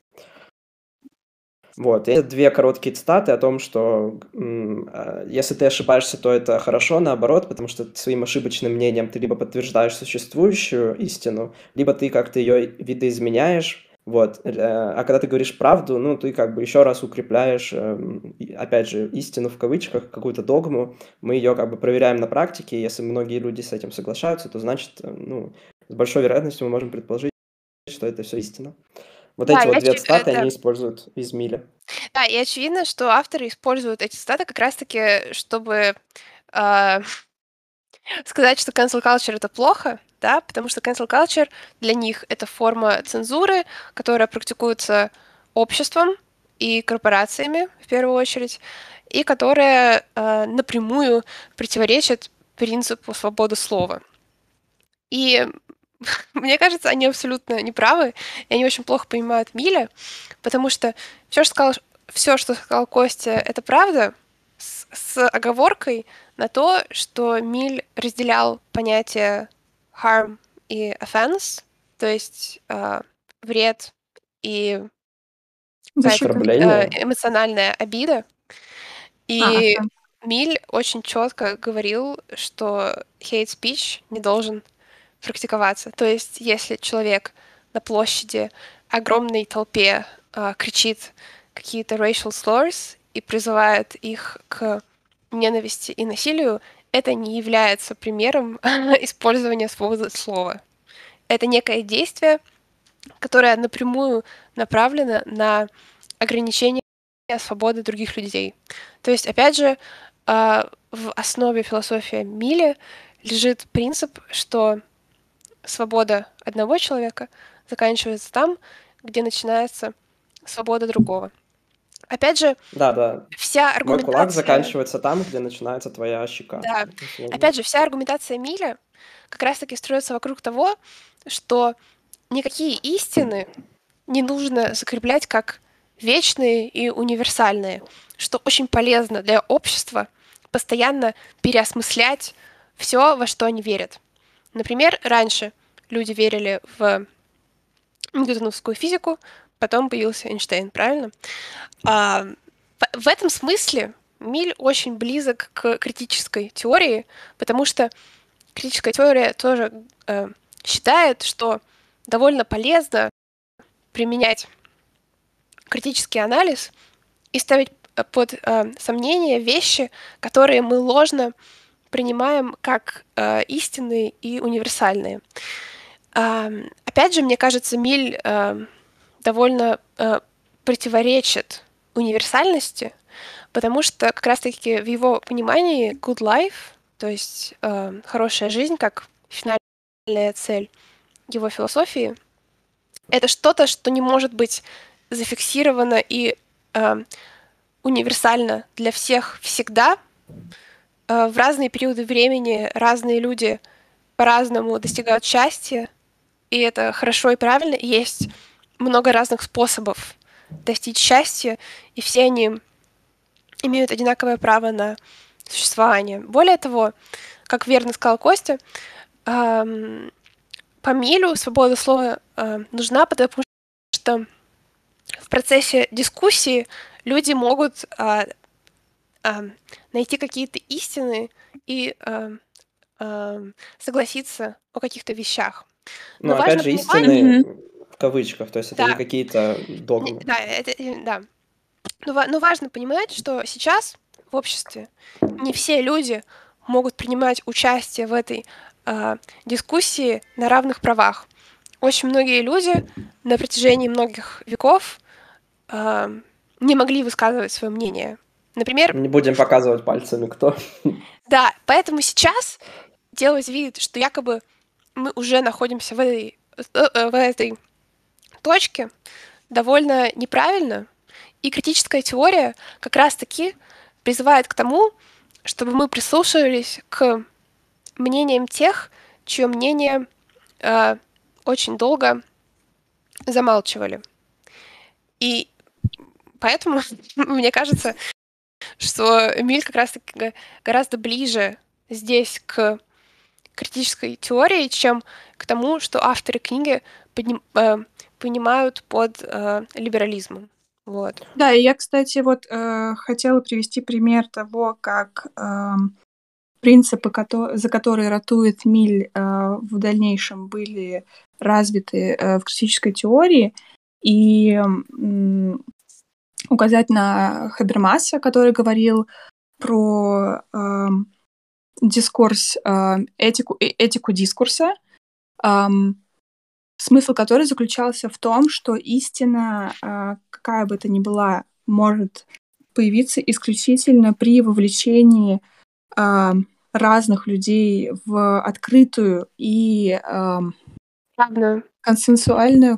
Вот, и это две короткие цитаты о том, что если ты ошибаешься, то это хорошо, наоборот, потому что своим ошибочным мнением ты либо подтверждаешь существующую истину, либо ты как-то ее видоизменяешь, вот. А когда ты говоришь правду, ну, ты как бы еще раз укрепляешь, опять же, истину в кавычках, какую-то догму, мы ее как бы проверяем на практике, и если многие люди с этим соглашаются, то значит, ну, с большой вероятностью мы можем предположить, что это все истина. Вот Да, эти вот я две чу- цитаты это- они используют из Миля. Да, и очевидно, что авторы используют эти цитаты как раз-таки, чтобы э, сказать, что cancel culture — это плохо, да, потому что cancel culture для них — это форма цензуры, которая практикуется обществом и корпорациями, в первую очередь, и которая напрямую противоречит принципу свободы слова. И мне кажется, они абсолютно неправы, и они очень плохо понимают Миля, потому что все, что сказал Костя, это правда, с оговоркой на то, что Миль разделял понятия harm и offense, то есть вред и Защита. Оскорбление. эмоциональная обида. И offense. Миль очень четко говорил, что hate speech не должен практиковаться. То есть, если человек на площади огромной толпе кричит какие-то racial slurs и призывает их к ненависти и насилию, это не является примером использования свободы слова. Это некое действие, которое напрямую направлено на ограничение свободы других людей. То есть, опять же, в основе философии Миля лежит принцип, что свобода одного человека заканчивается там, где начинается свобода другого. Опять же, Да. вся Мой кулак аргументация... заканчивается там, где начинается твоя щека. Да. условно. Опять же, вся аргументация Миля как раз-таки строится вокруг того, что никакие истины не нужно закреплять как вечные и универсальные, что очень полезно для общества постоянно переосмыслять все, во что они верят. Например, раньше люди верили в ньютоновскую физику, потом появился Эйнштейн, правильно? В этом смысле Миль очень близок к критической теории, потому что критическая теория тоже считает, что довольно полезно применять критический анализ и ставить под сомнение вещи, которые мы ложно принимаем как истинные и универсальные. Опять же, мне кажется, Миль довольно противоречит универсальности, потому что как раз-таки в его понимании good life, то есть хорошая жизнь как финальная цель его философии, это что-то, что не может быть зафиксировано и универсально для всех всегда. В разные периоды времени разные люди по-разному достигают счастья, и это хорошо и правильно. И есть много разных способов достичь счастья, и все они имеют одинаковое право на существование. Более того, как верно сказал Костя, ам, по Милю свобода слова нужна, потому что в процессе дискуссии люди могут найти какие-то истины и согласиться о каких-то вещах. Но Но опять важно же, понимать, истины в кавычках, то есть это не да, какие-то догмы. да. Но важно понимать, что сейчас в обществе не все люди могут принимать участие в этой дискуссии на равных правах. Очень многие люди на протяжении многих веков не могли высказывать свое мнение. Например, Не будем показывать пальцами, кто. да, поэтому сейчас делать вид, что якобы мы уже находимся в этой точке, довольно неправильно. И критическая теория как раз-таки призывает к тому, чтобы мы прислушивались к мнениям тех, чье мнение очень долго замалчивали. И поэтому мне кажется, что Миль как раз-таки гораздо ближе здесь к критической теории, чем к тому, что авторы книги понимают под либерализмом. Вот. Да, и я, кстати, вот хотела привести пример того, как принципы, за которые ратует Миль, в дальнейшем были развиты в критической теории, и указать на Хабермаса, который говорил про дискурс, этику дискурса, смысл которой заключался в том, что истина, какая бы то ни была, может появиться исключительно при вовлечении разных людей в открытую и консенсуальную,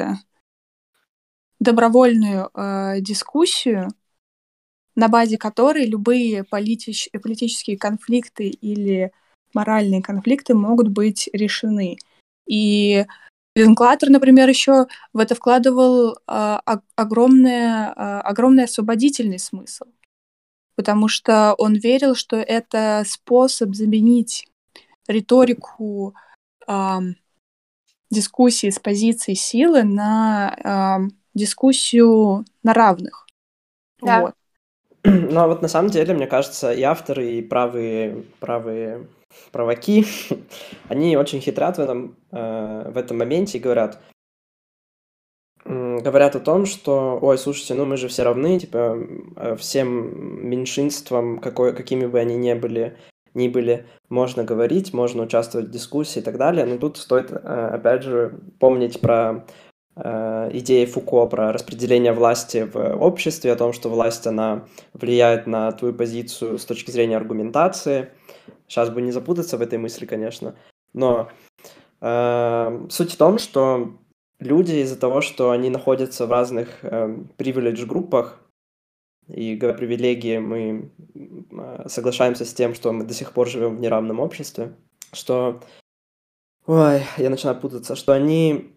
добровольную дискуссию, на базе которой любые политические конфликты или моральные конфликты могут быть решены. И Линклатер, например, еще в это вкладывал огромный освободительный смысл, потому что он верил, что это способ заменить риторику дискуссии с позиции силы на дискуссию на равных. Да. Вот. Ну, а вот на самом деле, мне кажется, и авторы, и правые праваки, они очень хитрят в этом моменте и говорят о том, что, ой, слушайте, ну мы же все равны, типа, всем меньшинствам, какими бы они ни были, можно говорить, можно участвовать в дискуссии и так далее, но тут стоит, опять же, помнить про идеи Фуко, про распределение власти в обществе, о том, что власть, она влияет на твою позицию с точки зрения аргументации. Сейчас бы не запутаться в этой мысли, конечно, но суть в том, что люди из-за того, что они находятся в разных привилегь-группах, и говоря привилегии, мы соглашаемся с тем, что мы до сих пор живем в неравном обществе, что... Ой, я начинаю путаться, что они...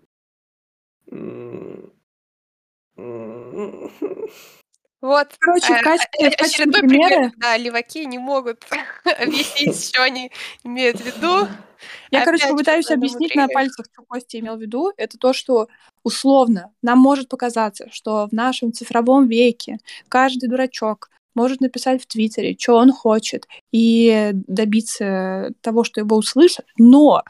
Вот. Короче, в качестве Очередной примера... пример, когда леваки не могут объяснить, что они имеют в виду. Я, короче, Опять попытаюсь что-то объяснить на намудрили. пальцах, что Костя имел в виду. Это то, что условно нам может показаться, что в нашем цифровом веке каждый дурачок может написать в Твиттере, что он хочет, и добиться того, что его услышат. Но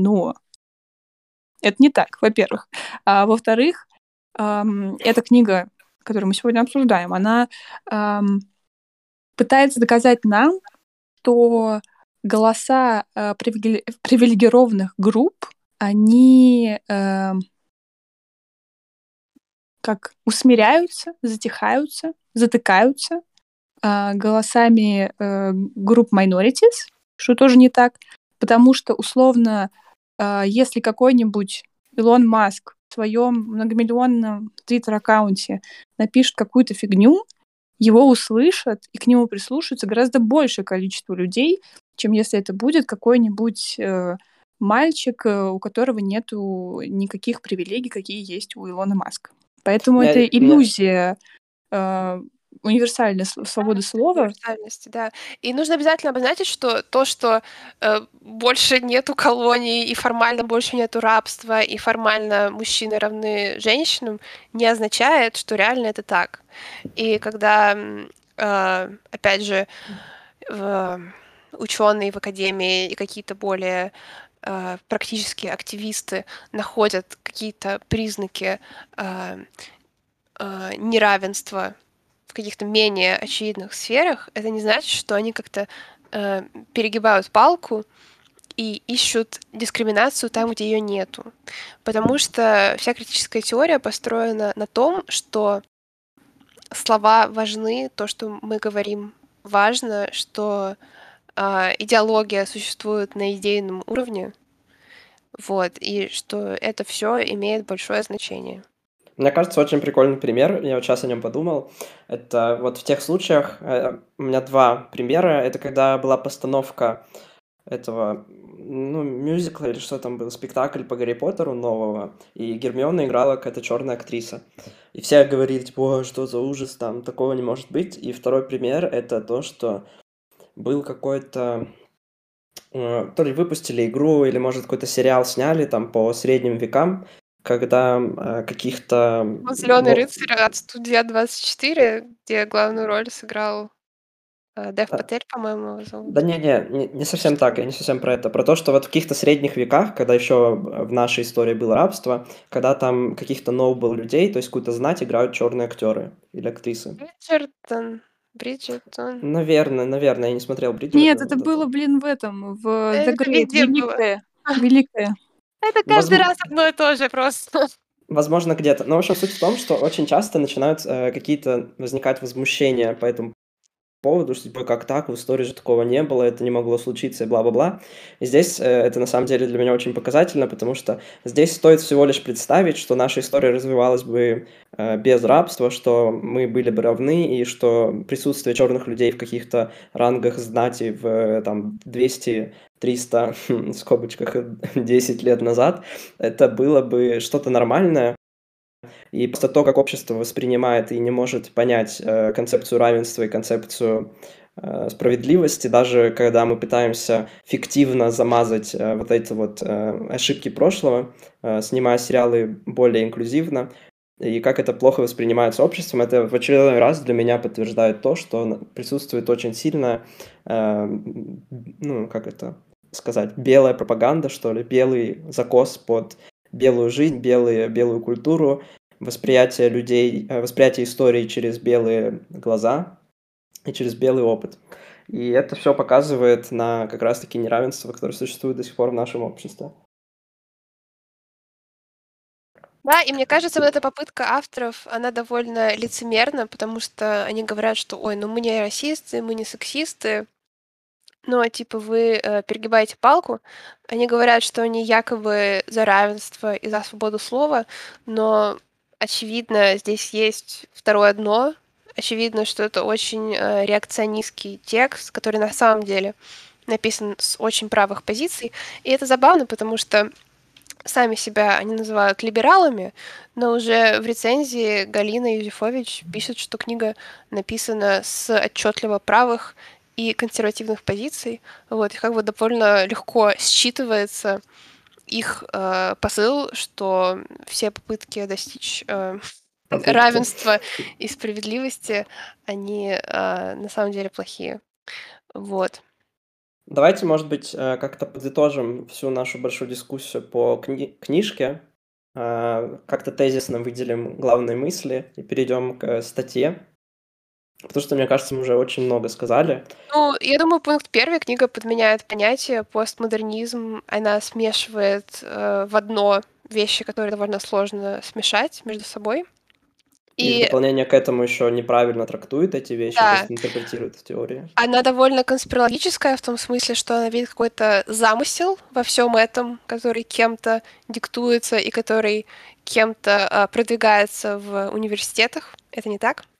это не так, во-первых. А во-вторых, эта книга, которую мы сегодня обсуждаем, она пытается доказать нам, что голоса привилегированных групп, они как усмиряются, затихаются, затыкаются голосами групп minorities, что тоже не так, потому что, условно, если какой-нибудь Илон Маск в своем многомиллионном твиттер-аккаунте напишет какую-то фигню, его услышат и к нему прислушаются гораздо большее количество людей, чем если это будет какой-нибудь мальчик, у которого нету никаких привилегий, какие есть у Илона Маска. Поэтому это Мне, иллюзия универсальной свободы слова. Универсальности, да. И нужно обязательно обозначить, что то, что больше нету колоний, и формально больше нету рабства, и формально мужчины равны женщинам, не означает, что реально это так. И когда, опять же, ученые в академии и какие-то более практические активисты находят какие-то признаки неравенства в каких-то менее очевидных сферах, это не значит, что они как-то перегибают палку и ищут дискриминацию там, где ее нету. Потому что вся критическая теория построена на том, что слова важны, то, что мы говорим, важно, что идеология существует на идейном уровне, вот, и что это все имеет большое значение. Мне кажется, очень прикольный пример, я вот сейчас о нем подумал. Это вот в тех случаях, у меня два примера. Это когда была постановка этого, мюзикла или что там был, спектакль по Гарри Поттеру нового, и Гермиона играла какая-то черная актриса. И все говорили, типа, что за ужас, там, такого не может быть. И второй пример — это то, что был какой-то... То ли выпустили игру, или, может, какой-то сериал сняли там по средним векам, когда каких-то... «Зелёный рыцарь» от студия 24, где главную роль сыграл Дев Патель, по-моему, его зовут. Да не совсем так, я не совсем про это. Про то, что вот в каких-то средних веках, когда еще в нашей истории было рабство, когда там каких-то noble людей, то есть какую-то знать, играют черные актеры или актрисы. Бриджертон. Наверное, я не смотрел Бриджертон. Нет, это было, в этом, в The Это Great, везде было. Великое. Это каждый раз одно и то же просто. Возможно, где-то. Но, в общем, суть в том, что очень часто начинают какие-то возникать возмущения по этому поводу, что типа как так, в истории же такого не было, это не могло случиться и бла-бла-бла. И здесь это на самом деле для меня очень показательно, потому что здесь стоит всего лишь представить, что наша история развивалась бы без рабства, что мы были бы равны, и что присутствие черных людей в каких-то рангах знати в там 200-300, в скобочках, 10 лет назад, это было бы что-то нормальное. И просто то, как общество воспринимает и не может понять концепцию равенства и концепцию справедливости, даже когда мы пытаемся фиктивно замазать вот эти вот ошибки прошлого, снимая сериалы более инклюзивно, и как это плохо воспринимается обществом, это в очередной раз для меня подтверждает то, что присутствует очень сильно, как это сказать, белая пропаганда, что ли, белый закос под белую жизнь, белую культуру, восприятие людей, восприятие истории через белые глаза и через белый опыт. И это все показывает на как раз-таки неравенство, которое существует до сих пор в нашем обществе. Да, и мне кажется, вот эта попытка авторов, она довольно лицемерна, потому что они говорят, что, ой, мы не расисты, мы не сексисты, но, типа, вы перегибаете палку. Они говорят, что они якобы за равенство и за свободу слова, но, очевидно, здесь есть второе дно. Очевидно, что это очень реакционистский текст, который на самом деле написан с очень правых позиций. И это забавно, потому что сами себя они называют либералами, но уже в рецензии Галина Юзефович пишет, что книга написана с отчетливо правых и консервативных позиций. Вот, и как бы довольно легко считывается их посыл, что все попытки достичь равенства и справедливости, они на самом деле плохие. Вот. Давайте, может быть, как-то подытожим всю нашу большую дискуссию по книжке, как-то тезисно выделим главные мысли и перейдем к статье, потому что, мне кажется, мы уже очень много сказали. Ну, я думаю, пункт 1, книга подменяет понятие постмодернизм, она смешивает в одно вещи, которые довольно сложно смешать между собой. И в дополнение к этому еще неправильно трактует эти вещи, Да. то есть интерпретирует в теории. Она довольно конспирологическая в том смысле, что она видит какой-то замысел во всем этом, который кем-то диктуется и который кем-то продвигается в университетах. Это не так?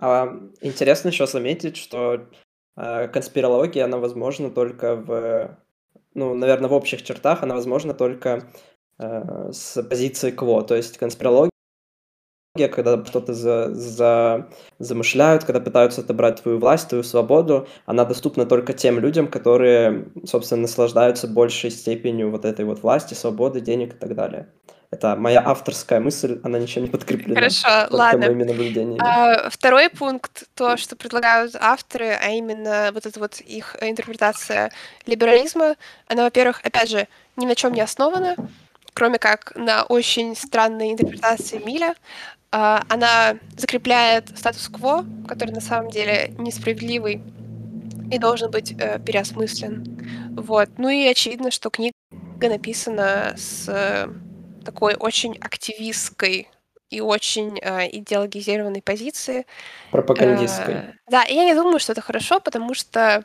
Интересно еще заметить, что конспирология, она возможна только ну, наверное, в общих чертах она возможна только с позиции КВО, то есть конспирология, когда что-то замышляют, когда пытаются отобрать твою власть, твою свободу, она доступна только тем людям, которые, собственно, наслаждаются большей степенью вот этой вот власти, свободы, денег и так далее. Это моя авторская мысль, она ничем не подкреплена, Хорошо, только ладно. моими наблюдениями. Второй пункт, то, что предлагают авторы, а именно вот эта вот их интерпретация либерализма, она, во-первых, опять же, ни на чем не основана, кроме как на очень странной интерпретации Миля. Она закрепляет статус-кво, который на самом деле несправедливый и должен быть переосмыслен. Вот. Ну и очевидно, что книга написана с такой очень активистской и очень идеологизированной позиции. Пропагандистской. Да, и я не думаю, что это хорошо, потому что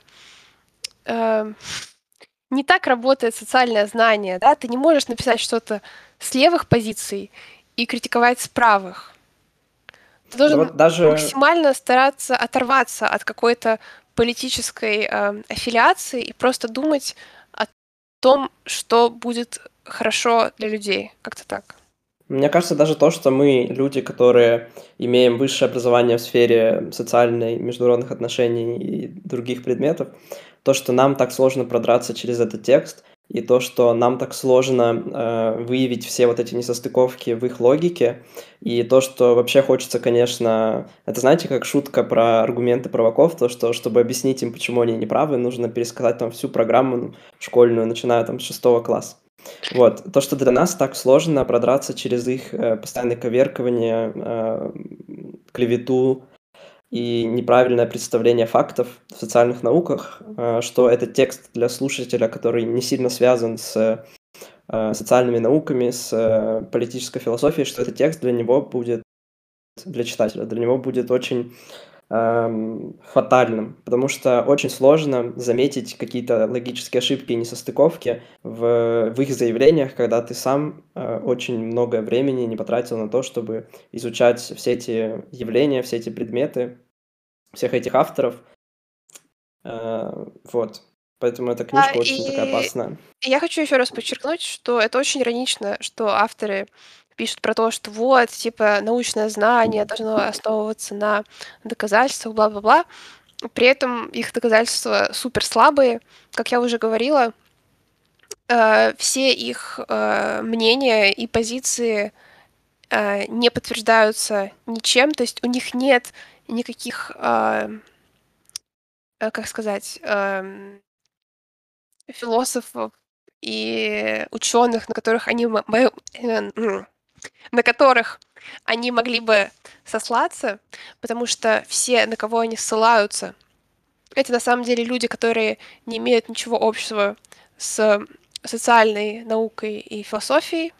не так работает социальное знание, да? Ты не можешь написать что-то с левых позиций и критиковать с правых. Ты Да должен вот даже максимально стараться оторваться от какой-то политической аффилиации и просто думать о том, что будет хорошо для людей. Как-то так. мне кажется, даже то, что мы, люди, которые имеем высшее образование в сфере социальной, международных отношений и других предметов, то, что нам так сложно продраться через этот текст, и то, что нам так сложно выявить все вот эти несостыковки в их логике, и то, что вообще хочется, конечно, это знаете, как шутка про аргументы праваков, то, что чтобы объяснить им, почему они неправы, нужно пересказать там всю программу школьную, начиная там с 6 класса. Вот. То, что для нас так сложно продраться через их постоянное коверкивание, клевету и неправильное представление фактов в социальных науках, что этот текст для слушателя, который не сильно связан с социальными науками, с политической философией, что этот текст для него будет, для читателя, для него будет очень фатальным, потому что очень сложно заметить какие-то логические ошибки и несостыковки в их заявлениях, когда ты сам очень много времени не потратил на то, чтобы изучать все эти явления, все эти предметы, всех этих авторов. Вот. Поэтому эта книжка очень такая опасная. Я хочу еще раз подчеркнуть, что это очень иронично, что авторы пишут про то, что вот, типа, научное знание должно основываться на доказательствах, бла-бла-бла. При этом их доказательства супер слабые. Как я уже говорила, все их мнения и позиции не подтверждаются ничем, то есть у них нет никаких, как сказать, философов и ученых, на которых они на которых они могли бы сослаться, потому что все, на кого они ссылаются, это на самом деле люди, которые не имеют ничего общего с социальной наукой и философией.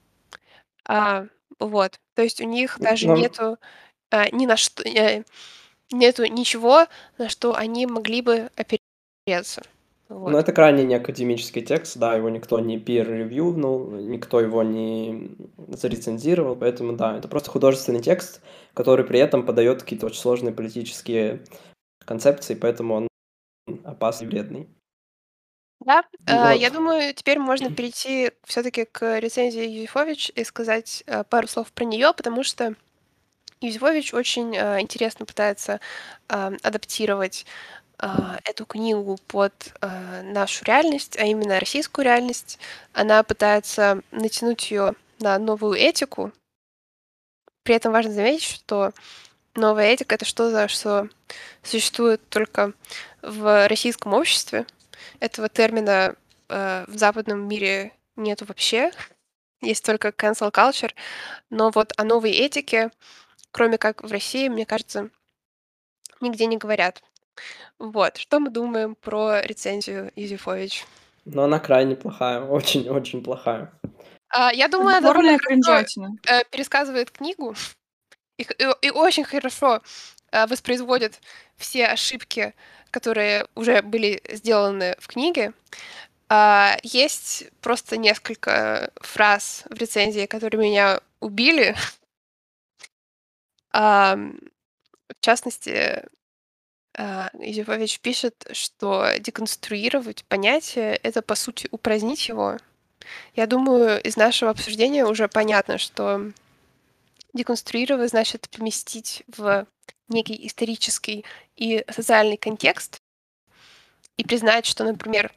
Вот. То есть у них даже Но нету ни на что, нету ничего, на что они могли бы опереться. Но Вот. это крайне не академический текст, да, его никто не peer-reviewнул, никто его не зарецензировал, поэтому да, это просто художественный текст, который при этом подает какие-то очень сложные политические концепции, поэтому он опасный и вредный. Да, Вот. я думаю, теперь можно перейти все-таки к рецензии Юзефович и сказать пару слов про нее, потому что Юзефович очень интересно пытается адаптировать эту книгу под нашу реальность, а именно российскую реальность. Она пытается натянуть ее на новую этику. При этом важно заметить, что новая этика — это что-то, что существует только в российском обществе. Этого термина в западном мире нету вообще. Есть только cancel culture. Но вот о новой этике, кроме как в России, мне кажется, нигде не говорят. Вот. Что мы думаем про рецензию Юзефович? Но она крайне плохая, очень-очень плохая. Я думаю, она довольно Отборная хорошо кринжатина. пересказывает книгу и очень хорошо воспроизводит все ошибки, которые уже были сделаны в книге. Есть просто несколько фраз в рецензии, которые меня убили. В частности, Юзефович пишет, что деконструировать понятие — это, по сути, упразднить его. Я думаю, из нашего обсуждения уже понятно, что деконструировать значит поместить в некий исторический и социальный контекст и признать, что, например,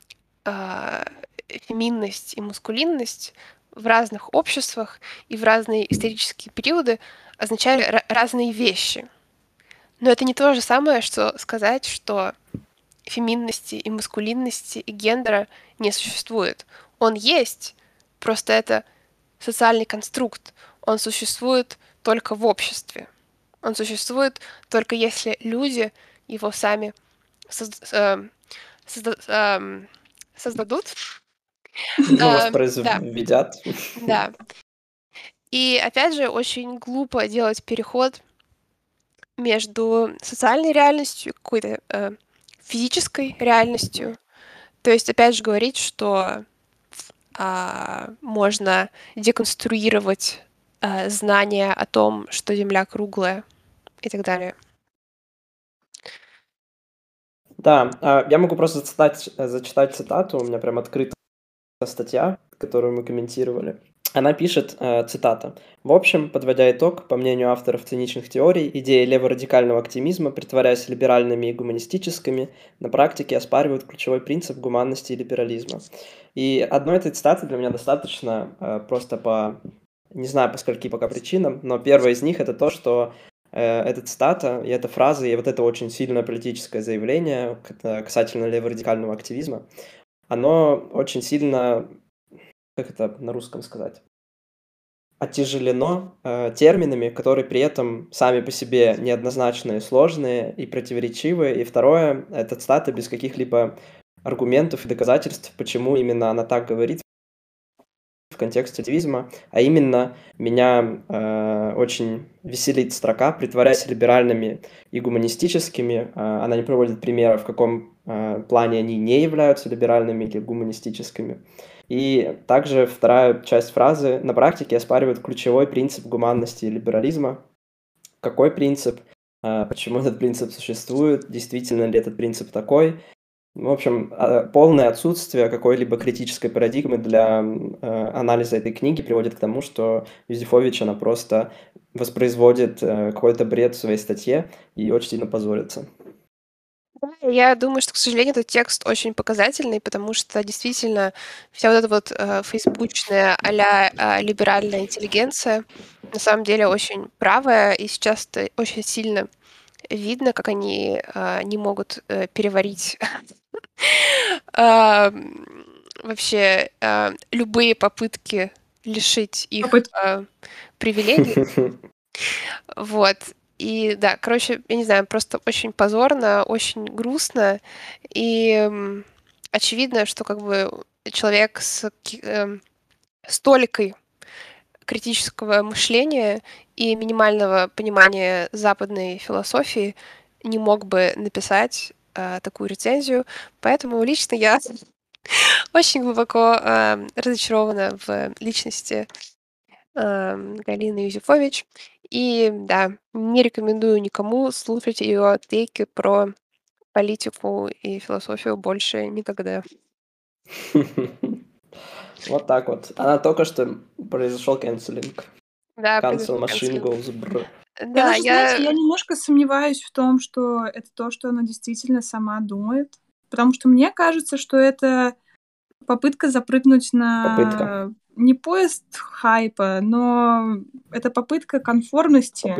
феминность и маскулинность в разных обществах и в разные исторические периоды означали разные вещи. Но это не то же самое, что сказать, что феминности и маскулинности и гендера не существует. Он есть, просто это социальный конструкт. Он существует только в обществе. Он существует только если люди его сами создадут. Да, Воспроизведят. да. И опять же, очень глупо делать переход между социальной реальностью и какой-то физической реальностью. То есть, опять же, говорить, что можно деконструировать знания о том, что Земля круглая и так далее. Да, я могу просто зачитать цитату, у меня прям открыта статья, которую мы комментировали. Она пишет, цитата: «В общем, подводя итог, по мнению авторов циничных теорий, идеи леворадикального оптимизма, притворяясь либеральными и гуманистическими, на практике оспаривают ключевой принцип гуманности и либерализма». И одной этой цитаты для меня достаточно просто не знаю по скольки пока причинам, но первая из них — это то, что эта цитата и эта фраза, и вот это очень сильное политическое заявление касательно леворадикального активизма, оно очень сильно, как это на русском сказать, оттяжелено терминами, которые при этом сами по себе неоднозначные, сложные и противоречивые. И второе, это цитата без каких-либо аргументов и доказательств, почему именно она так говорит в контексте активизма, а именно меня очень веселит строка, притворяясь либеральными и гуманистическими. Она не приводит примеров, в каком плане они не являются либеральными или гуманистическими. И также вторая часть фразы: на практике оспаривают ключевой принцип гуманности и либерализма. Какой принцип? Почему этот принцип существует? Действительно ли этот принцип такой? В общем, полное отсутствие какой-либо критической парадигмы для анализа этой книги приводит к тому, что Юзефович, она просто воспроизводит какой-то бред в своей статье и очень сильно позорится. Я думаю, что, к сожалению, этот текст очень показательный, потому что действительно вся вот эта вот фейсбучная а-ля либеральная интеллигенция на самом деле очень правая, и сейчас это очень сильно видно, как они не могут переварить вообще любые попытки лишить их привилегий. Вот. И да, короче, я не знаю, просто очень позорно, очень грустно. И очевидно, что как бы человек с толикой критического мышления и минимального понимания западной философии не мог бы написать такую рецензию. Поэтому лично я очень глубоко разочарована в личности Галины Юзефович. И да, не рекомендую никому слушать ее тейки про политику и философию больше никогда. Вот так вот. Она только что произошел канцелинг. Да, Cancel machine goes brr. Да, Знаете, я немножко сомневаюсь в том, что это то, что она действительно сама думает. Потому что мне кажется, что это попытка запрыгнуть на не поезд хайпа, но это попытка конформности.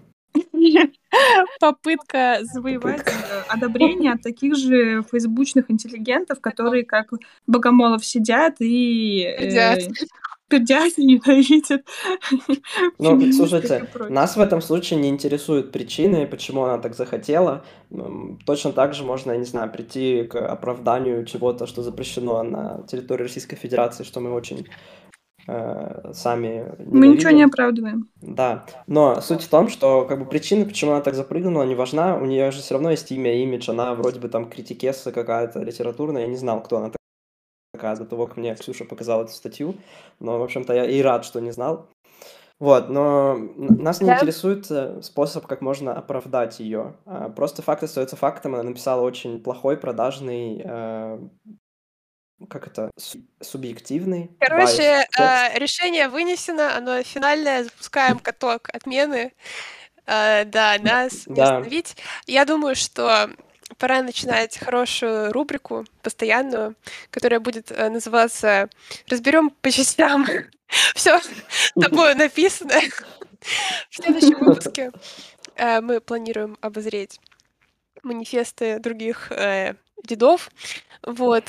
Попытка завоевать одобрение от таких же фейсбучных интеллигентов, которые, как Богомолов, сидят и пердят и ненавидят. Ну, слушайте, нас в этом случае не интересуют причины, почему она так захотела. Точно так же можно, я не знаю, прийти к оправданию чего-то, что запрещено на территории Российской Федерации, что мы очень сами ненавидим. Мы ничего не оправдываем. Да, но суть в том, что как бы причина, почему она так запрыгнула, не важна. У нее же все равно есть имя, имидж, она вроде бы там критикесса какая-то литературная. Я не знал, кто она такая до того, как мне Ксюша показала эту статью. Но, в общем-то, я и рад, что не знал. Вот, но нас не Да. интересует способ, как можно оправдать ее. Просто факт остается фактом. Она написала очень плохой, продажный, как это, субъективный, Короче, biased текст. решение вынесено, оно финальное, запускаем каток отмены. Да, нас не Да, остановить. Я думаю, что пора начинать хорошую рубрику, постоянную, которая будет называться «Разберем по частям все тобой написано». В следующем выпуске мы планируем обозреть манифесты других дедов. Вот.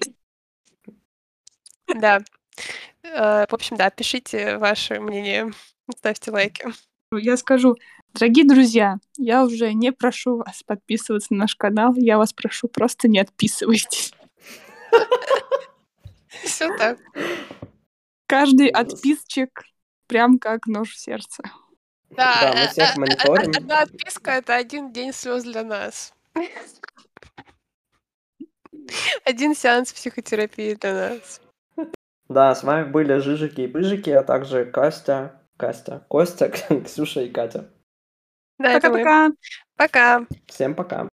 Да. В общем, да, пишите ваше мнение, ставьте лайки. Я скажу, дорогие друзья, я уже не прошу вас подписываться на наш канал, я вас прошу, просто не отписывайтесь. Все так. Каждый Ужас. отписчик прям как нож в сердце. Да, мы всех мониторим. Одна отписка — это 1 день слез для нас. 1 сеанс психотерапии для нас. Да, с вами были Жижики и Пыжики, а также Костя, Ксюша и Катя. Да, это мы. Пока-пока! Пока. Всем пока.